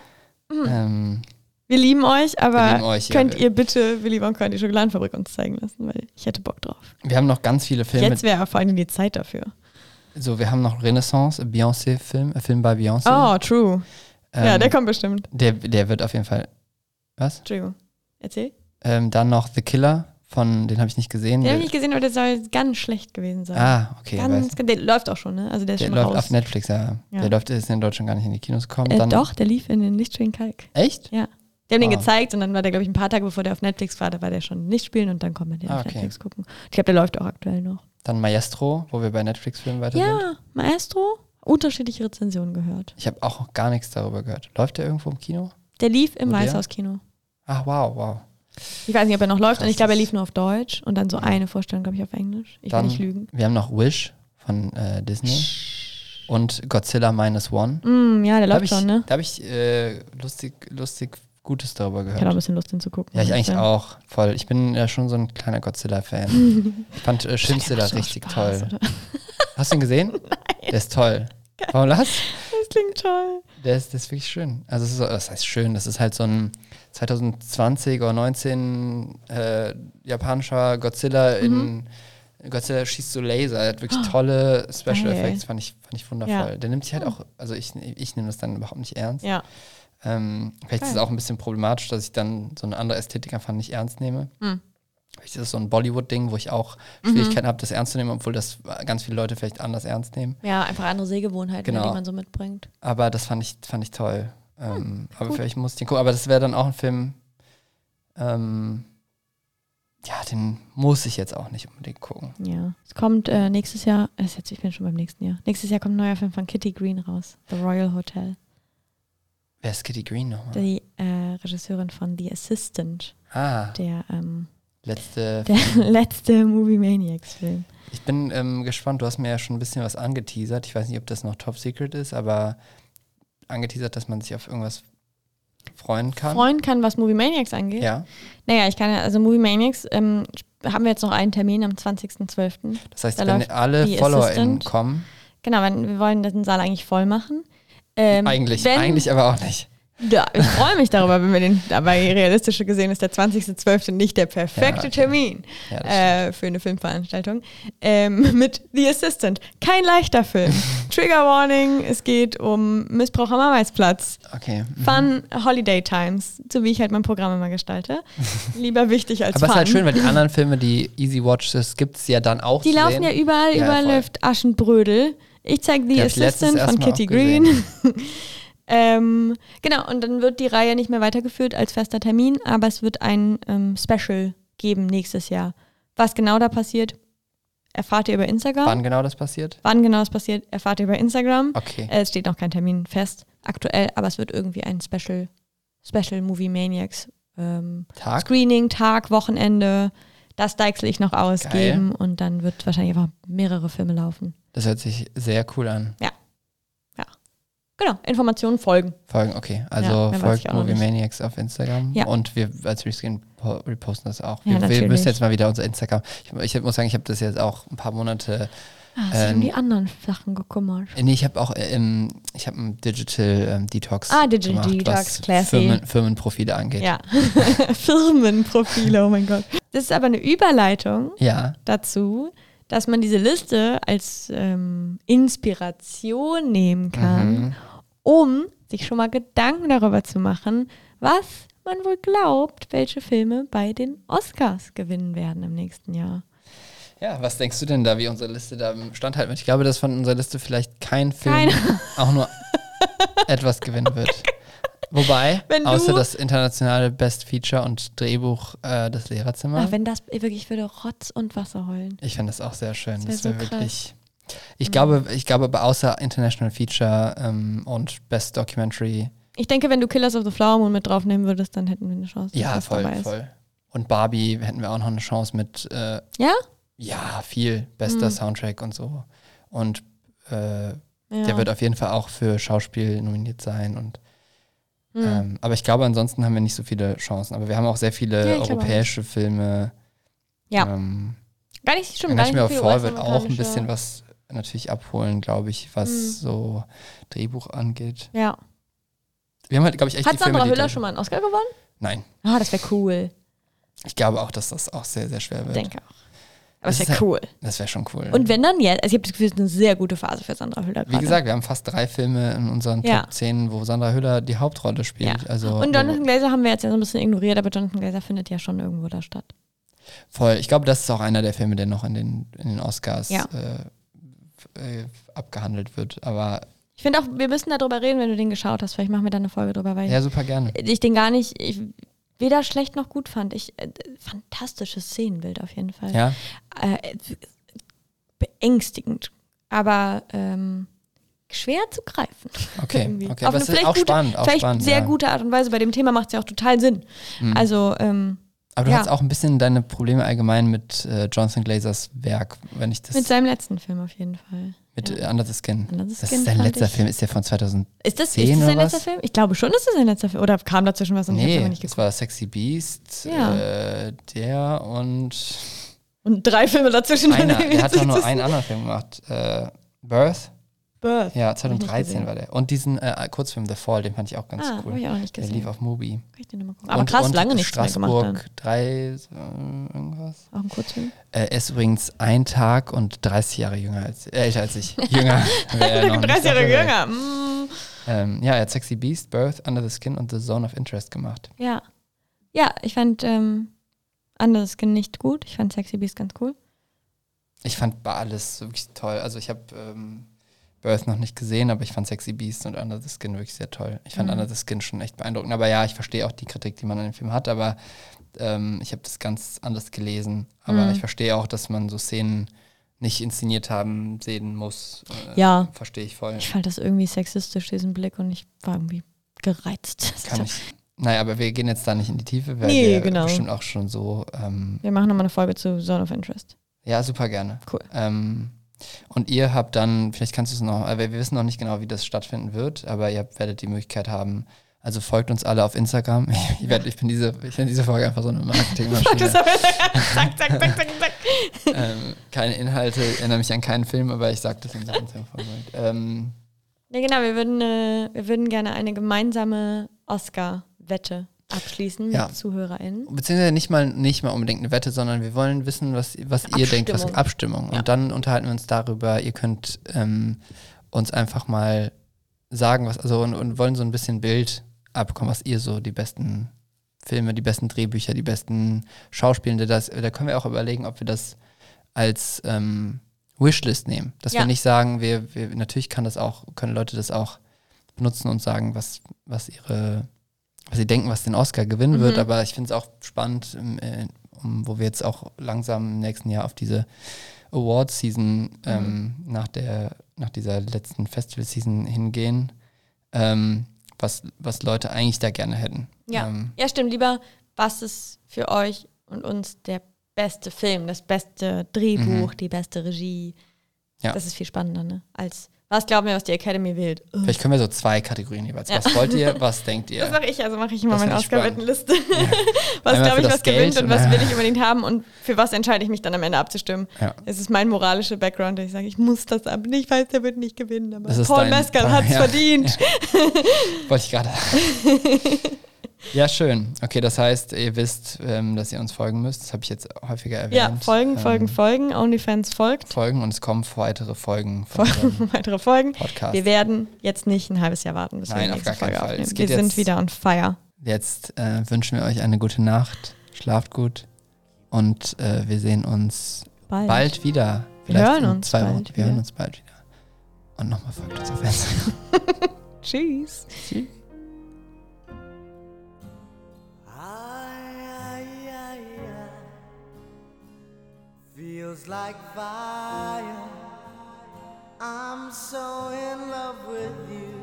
Ähm, Wir lieben euch, aber Wir lieben euch, ja. könnt ihr bitte Willy Wonka und die Schokoladenfabrik uns zeigen lassen, weil ich hätte Bock drauf. wir haben noch ganz viele Filme. Jetzt wäre vor allem die Zeit dafür. So, wir haben noch Renaissance, Beyoncé-Film, ein Film bei Beyoncé. Oh, true. Ähm, ja, der kommt bestimmt. Der, der wird auf jeden Fall. Was? Entschuldigung. Erzähl. Ähm, dann noch The Killer, von, den habe ich nicht gesehen. Den habe Der- ich nicht gesehen, aber der soll ganz schlecht gewesen sein. ah, okay. ganz, weiß. der läuft auch schon, ne? Also der ist Der schon läuft raus. auf Netflix, ja. Ja. Der läuft, ist in Deutschland gar nicht in die Kinos gekommen. Äh, dann, doch, der lief in den Lichtspielen Kalk. Echt? Ja. Die haben den Ah. gezeigt und dann war der, glaube ich, ein paar Tage bevor der auf Netflix war, da war der schon nicht spielen und dann kann man den Ah, auf okay. Netflix gucken. Ich glaube, der läuft auch aktuell noch. Dann Maestro, wo wir bei Netflix-Filmen weiter sind. Ja, Maestro, unterschiedliche Rezensionen gehört. Ich habe auch gar nichts darüber gehört. Läuft der irgendwo im Kino? Der lief im Wo der? Weißhauskino. Ach, wow, wow. Ich weiß nicht, ob er noch läuft und ich glaube, er Krasses. lief nur auf Deutsch und dann so eine Vorstellung, glaube ich, auf Englisch. Ich Dann- will nicht lügen. Wir haben noch Wish von äh, Disney und Godzilla Minus One. Mm, ja, der Da habe läuft ich, schon, ne? da hab ich äh, lustig, lustig Gutes darüber Ich hatte auch gehört. ein bisschen Lust, den zu gucken. Ja, ich eigentlich Ja. auch. Voll. Ich bin ja schon so ein kleiner Godzilla-Fan. Ich fand äh, Shinzilla Macht schon richtig Spaß, toll. oder? Hast du ihn gesehen? Nein. Der ist toll. Warum lachst? Das klingt toll. Der ist, der ist wirklich schön. Also, es ist, so- das heißt schön, das ist halt so ein zwanzig zwanzig oder neunzehn äh, japanischer Godzilla in. Godzilla schießt so Laser, er hat wirklich tolle Special Geil. Effects, fand ich, fand ich wundervoll. Ja. Der nimmt sich halt auch, also ich, ich nehme das dann überhaupt nicht ernst. Ja. Ähm, vielleicht ist es Geil. auch ein bisschen problematisch, dass ich dann so eine andere Ästhetik einfach nicht ernst nehme. Mhm. Vielleicht ist das so ein Bollywood-Ding, wo ich auch Schwierigkeiten habe, das ernst zu nehmen, obwohl das ganz viele Leute vielleicht anders ernst nehmen. Ja, einfach andere Sehgewohnheiten, Genau. die man so mitbringt. Aber das fand ich, fand ich toll. Ähm, Hm, aber gut. vielleicht muss ich den gucken. Aber das wäre dann auch ein Film, ähm, ja, den muss ich jetzt auch nicht unbedingt gucken. Ja. Es kommt äh, nächstes Jahr, äh, ist jetzt, ich bin schon beim nächsten Jahr. Nächstes Jahr kommt ein neuer Film von Kitty Green raus. The Royal Hotel. Wer ist Kitty Green nochmal? Die äh, Regisseurin von The Assistant. Ah, Der, ähm, letzte. der letzte Movie Maniacs-Film. Ich bin ähm, gespannt, du hast mir ja schon ein bisschen was angeteasert. Ich weiß nicht, ob das noch Top Secret ist, aber angeteasert, dass man sich auf irgendwas freuen kann. Freuen kann, was Movie Maniacs angeht. Ja, Naja, ich kann ja, also Movie Maniacs, ähm, haben wir jetzt noch einen Termin am zwanzigsten zwölften. das heißt, Da wenn läuft alle The FollowerInnen Assistant. kommen, Genau, wenn, wir wollen den Saal eigentlich voll machen. Ähm, eigentlich, wenn, eigentlich aber auch nicht. Ja, ich freue mich darüber, wenn wir den, aber realistische gesehen ist der zwanzigste zwölfte nicht der perfekte Ja, okay. Termin Ja, das äh, für eine Filmveranstaltung. Ähm, mit The Assistant. Kein leichter Film. Trigger Warning, es geht um Missbrauch am Arbeitsplatz. okay. Mhm. Fun Holiday Times, so wie ich halt mein Programm immer gestalte. Lieber wichtig als Aber es ist Fun. halt schön, weil die anderen Filme, die Easy Watches, gibt es ja dann auch Die zu laufen sehen. ja überall, Ja, überall voll. läuft Aschenbrödel. Ich zeige The Die hab ich letztens Assistant erst von mal Kitty auch gesehen. Green. ähm, genau, und dann wird die Reihe nicht mehr weitergeführt als fester Termin, aber es wird ein ähm, Special geben nächstes Jahr. Was genau da passiert, erfahrt ihr über Instagram. Wann genau das passiert? Wann genau das passiert, erfahrt ihr über Instagram. Okay. Äh, es steht noch kein Termin fest aktuell, aber es wird irgendwie ein Special, Special Movie Maniacs ähm, Tag? Screening, Tag, Wochenende. Das deichsel ich noch ausgeben Geil. und dann wird wahrscheinlich einfach mehrere Filme laufen. Das hört sich sehr cool an. Genau, Informationen folgen. Folgen, okay. Also Ja, mehr weiß folgt ich auch noch Movie nicht. Maniacs auf Instagram. Ja. Und wir als Reskin po- reposten das auch. Ja, Wir, wir natürlich. müssen jetzt mal wieder unser Instagram. Ich, ich muss sagen, ich habe das jetzt auch ein paar Monate. Ah, hast du Ähm, um die anderen Sachen gekümmert? Nee, ich habe auch äh, im, ich habe ein Digital ähm, Detox Ah, Digital gemacht, Detox, was classy. Firmen, Firmenprofile angeht. Ja. Firmenprofile, oh mein Gott. Das ist aber eine Überleitung Ja. dazu, dass man diese Liste als ähm, Inspiration nehmen kann, Mhm. um sich schon mal Gedanken darüber zu machen, was man wohl glaubt, welche Filme bei den Oscars gewinnen werden im nächsten Jahr. Ja, was denkst du denn da, wie unsere Liste da standhalten wird? Ich glaube, dass von unserer Liste vielleicht kein Film Keine. auch nur etwas gewinnen wird. Wobei, Wenn du- außer das internationale Best Feature und Drehbuch äh, das Lehrerzimmer. Ach, wenn das wirklich, ich würde Rotz und Wasser heulen. Ich finde das auch sehr schön. Das wär Das wäre so krass. wirklich. Ich Mhm. glaube, ich glaube, aber außer International Feature ähm, und Best Documentary. Ich denke, wenn du Killers of the Flower Moon mit draufnehmen würdest, dann hätten wir eine Chance. dass Ja, das voll, dabei ist. voll. Und Barbie hätten wir auch noch eine Chance mit. Äh, Ja? ja, viel. Bester Mhm. Soundtrack und so. Und äh, Ja. der wird auf jeden Fall auch für Schauspiel nominiert sein. Und Mhm. ähm, aber ich glaube, ansonsten haben wir nicht so viele Chancen. Aber wir haben auch sehr viele Ja, ich glaube europäische Filme. Ja. Ähm, Gar nicht, stimmt, gar Night nicht Me so viel Fall wird auch ein US-amerikanische- bisschen was natürlich abholen, glaube ich, was Mhm. so Drehbuch angeht. Ja. Wir haben halt, glaube ich, echt Hat die Filme, Sandra die Hüller drin- schon mal einen Oscar gewonnen? Nein. Ah, das wäre cool. Ich glaube auch, dass das auch sehr, sehr schwer wird. Denke auch. Aber Das es ist wäre halt- cool. Das wäre schon cool. Und wenn dann jetzt, also ich habe das Gefühl, es ist eine sehr gute Phase für Sandra Hüller Wie gerade. gesagt, wir haben fast drei Filme in unseren Ja. Top zehn, wo Sandra Hüller die Hauptrolle spielt. Ja. Also, Und Jonathan Glazer haben wir jetzt ja so ein bisschen ignoriert, aber Jonathan Glazer findet ja schon irgendwo da statt. voll. Ich glaube, das ist auch einer der Filme, der noch in den, in den Oscars Ja. äh, f- äh, abgehandelt wird. Aber Ich finde auch, wir müssen darüber reden, wenn du den geschaut hast. Vielleicht machen wir da eine Folge drüber, weil ja, super gerne. ich den gar nicht, ich weder schlecht noch gut fand. Ich, äh, fantastisches Szenenbild auf jeden Fall. Ja, Äh, beängstigend, aber ähm, schwer zu greifen. okay. Irgendwie. okay. Auf Aber eine es ist vielleicht auch gute- spannend. Auch Vielleicht spannend, sehr ja. gute Art und Weise. Bei dem Thema macht es ja auch total Sinn. Mhm. Also, ähm, Aber du ja. hast auch ein bisschen deine Probleme allgemein mit äh, Jonathan Glazers Werk, wenn ich das mit seinem letzten Film auf jeden Fall. mit ja. äh, Under the Skin. Under the Das Skin ist sein fand letzter ich- Film, ist der von zweitausend. Ist das, ist Zehn das sein oder letzter was? Film? Ich glaube schon, ist das sein letzter Film. Oder kam dazwischen was und ich habe Nee, aber nicht das geguckt. war Sexy Beast, Ja. äh, der und Und drei Filme dazwischen. einer. Der hat doch nur einen anderen Film gemacht. Äh, Birth? Birth. Ja, Hab ich nicht zweitausenddreizehn gesehen. war der. Und diesen äh, Kurzfilm The Fall, den fand ich auch ganz Ah, habe cool. ich auch nicht Der gesehen. lief auf Mubi. Kann ich den noch mal gucken. Aber und, krass, und lange nichts mehr gemacht dann. Straßburg drei, so, irgendwas. Auch ein Kurzfilm. Äh, er ist übrigens ein Tag und dreißig Jahre jünger als, äh, älter als ich. Jünger. wäre er noch nicht dreißig Jahre dabei. jünger. Mm. Ähm, ja, er hat Sexy Beast, Birth, Under the Skin und The Zone of Interest gemacht. Ja. Ja, ich fand ähm, Under the Skin nicht gut. Ich fand Sexy Beast ganz cool. Ich fand alles wirklich toll. Also ich habe ähm, Birth noch nicht gesehen, aber ich fand Sexy Beast und Under the Skin wirklich sehr toll. Ich fand Mhm. Under the Skin schon echt beeindruckend. Aber ja, ich verstehe auch die Kritik, die man an dem Film hat, aber ähm, ich habe das ganz anders gelesen. Aber Mhm. ich verstehe auch, dass man so Szenen nicht inszeniert haben sehen muss. Äh, Ja. Verstehe ich voll. Ich fand das irgendwie sexistisch, diesen Blick, und ich war irgendwie gereizt. Kann ich. Naja, aber wir gehen jetzt da nicht in die Tiefe, weil Nee, wir genau. bestimmt auch schon so. Ähm, Wir machen nochmal eine Folge zu Zone of Interest. ja, super gerne. Cool. Ähm, und ihr habt dann, vielleicht kannst du es noch, äh, wir wir wissen noch nicht genau, wie das stattfinden wird, aber ihr habt, werdet die Möglichkeit haben, also folgt uns alle auf Instagram. Ich, werd, ich bin diese, ich finde diese Folge einfach so eine Marketingmaschine. zack, zack, zack, zack, zack. ähm, keine Inhalte, ich erinnere mich an keinen Film, aber ich sage das in der Instagram-Folge. Ähm, Ja, genau, wir würden, äh, wir würden gerne eine gemeinsame Oscar-Wette abschließen Ja. mit ZuhörerInnen. beziehungsweise nicht mal, nicht mal unbedingt eine Wette, sondern wir wollen wissen, was, was ihr denkt, was Abstimmung. Abstimmung. Ja. Und dann unterhalten wir uns darüber. Ihr könnt ähm, uns einfach mal sagen, was, also und, und wollen so ein bisschen Bild abbekommen, was ihr so die besten Filme, die besten Drehbücher, die besten Schauspielende, das, da können wir auch überlegen, ob wir das als ähm, Wishlist nehmen. Dass Ja. wir nicht sagen, wir, wir, natürlich kann das auch, können Leute das auch benutzen und sagen, was, was ihre, was sie denken, was den Oscar gewinnen wird, Mhm. aber ich finde es auch spannend, ähm, äh, um, wo wir jetzt auch langsam im nächsten Jahr auf diese Award-Season ähm, nach der, nach dieser letzten Festival-Season hingehen, ähm, was, was Leute eigentlich da gerne hätten. Ja. Ähm, Ja, stimmt. Lieber, was ist für euch und uns der beste Film, das beste Drehbuch, Mhm. die beste Regie? Ja. Das ist viel spannender, ne? Als Was glauben wir, was die Academy wählt? Vielleicht können wir so zwei Kategorien jeweils. Ja. Was wollt ihr, was denkt ihr? Das mache ich, also mache ich immer Das meine find ich Ausgabenliste. Ja. Was Einmal glaube ich, für was das Geld gewinnt und und- was will ich unbedingt haben und für was entscheide ich mich dann am Ende abzustimmen. Ja. Es ist mein moralischer Background, dass ich sage, ich muss das ab. Ich weiß, der wird nicht gewinnen, aber Das ist Paul dein- Mescal hat es ja. verdient. Wollte ich gerade. Ja, schön. Okay, das heißt, ihr wisst, ähm, dass ihr uns folgen müsst. Das habe ich jetzt häufiger erwähnt. Ja, folgen, ähm, folgen, folgen. OnlyFans folgt. Folgen und es kommen weitere Folgen von Folgen, unserem weitere Folgen. Podcast. Wir werden jetzt nicht ein halbes Jahr warten, bis Nein, wir die auf nächste gar keinen Folge Fall. aufnehmen. Es Wir geht sind jetzt- wieder on fire. Jetzt äh, wünschen wir euch eine gute Nacht. Schlaft gut. Und äh, wir sehen uns Bald. bald wieder. Wir Vielleicht hören in uns zwei bald Wochen. Wir wieder. hören uns bald wieder. Und nochmal folgt uns auf Instagram. Tschüss. Feels like fire. I'm so in love with you.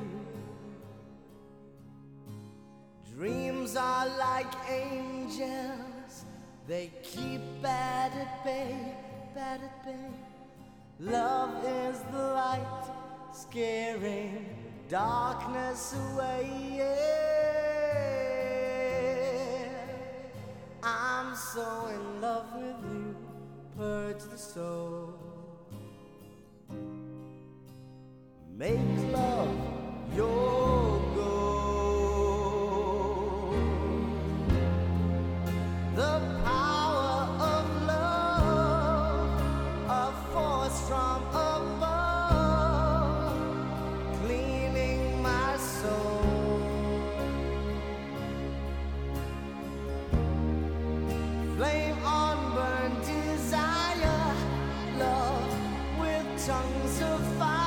Dreams are like angels. They keep bad at bay, bad at bay. Love is the light, scaring darkness away. Yeah. I'm so in love with you. Purge the soul. Make love your goal. The power of love, a force from above, cleaning my soul. Flame on burn desire, love with tongues of fire.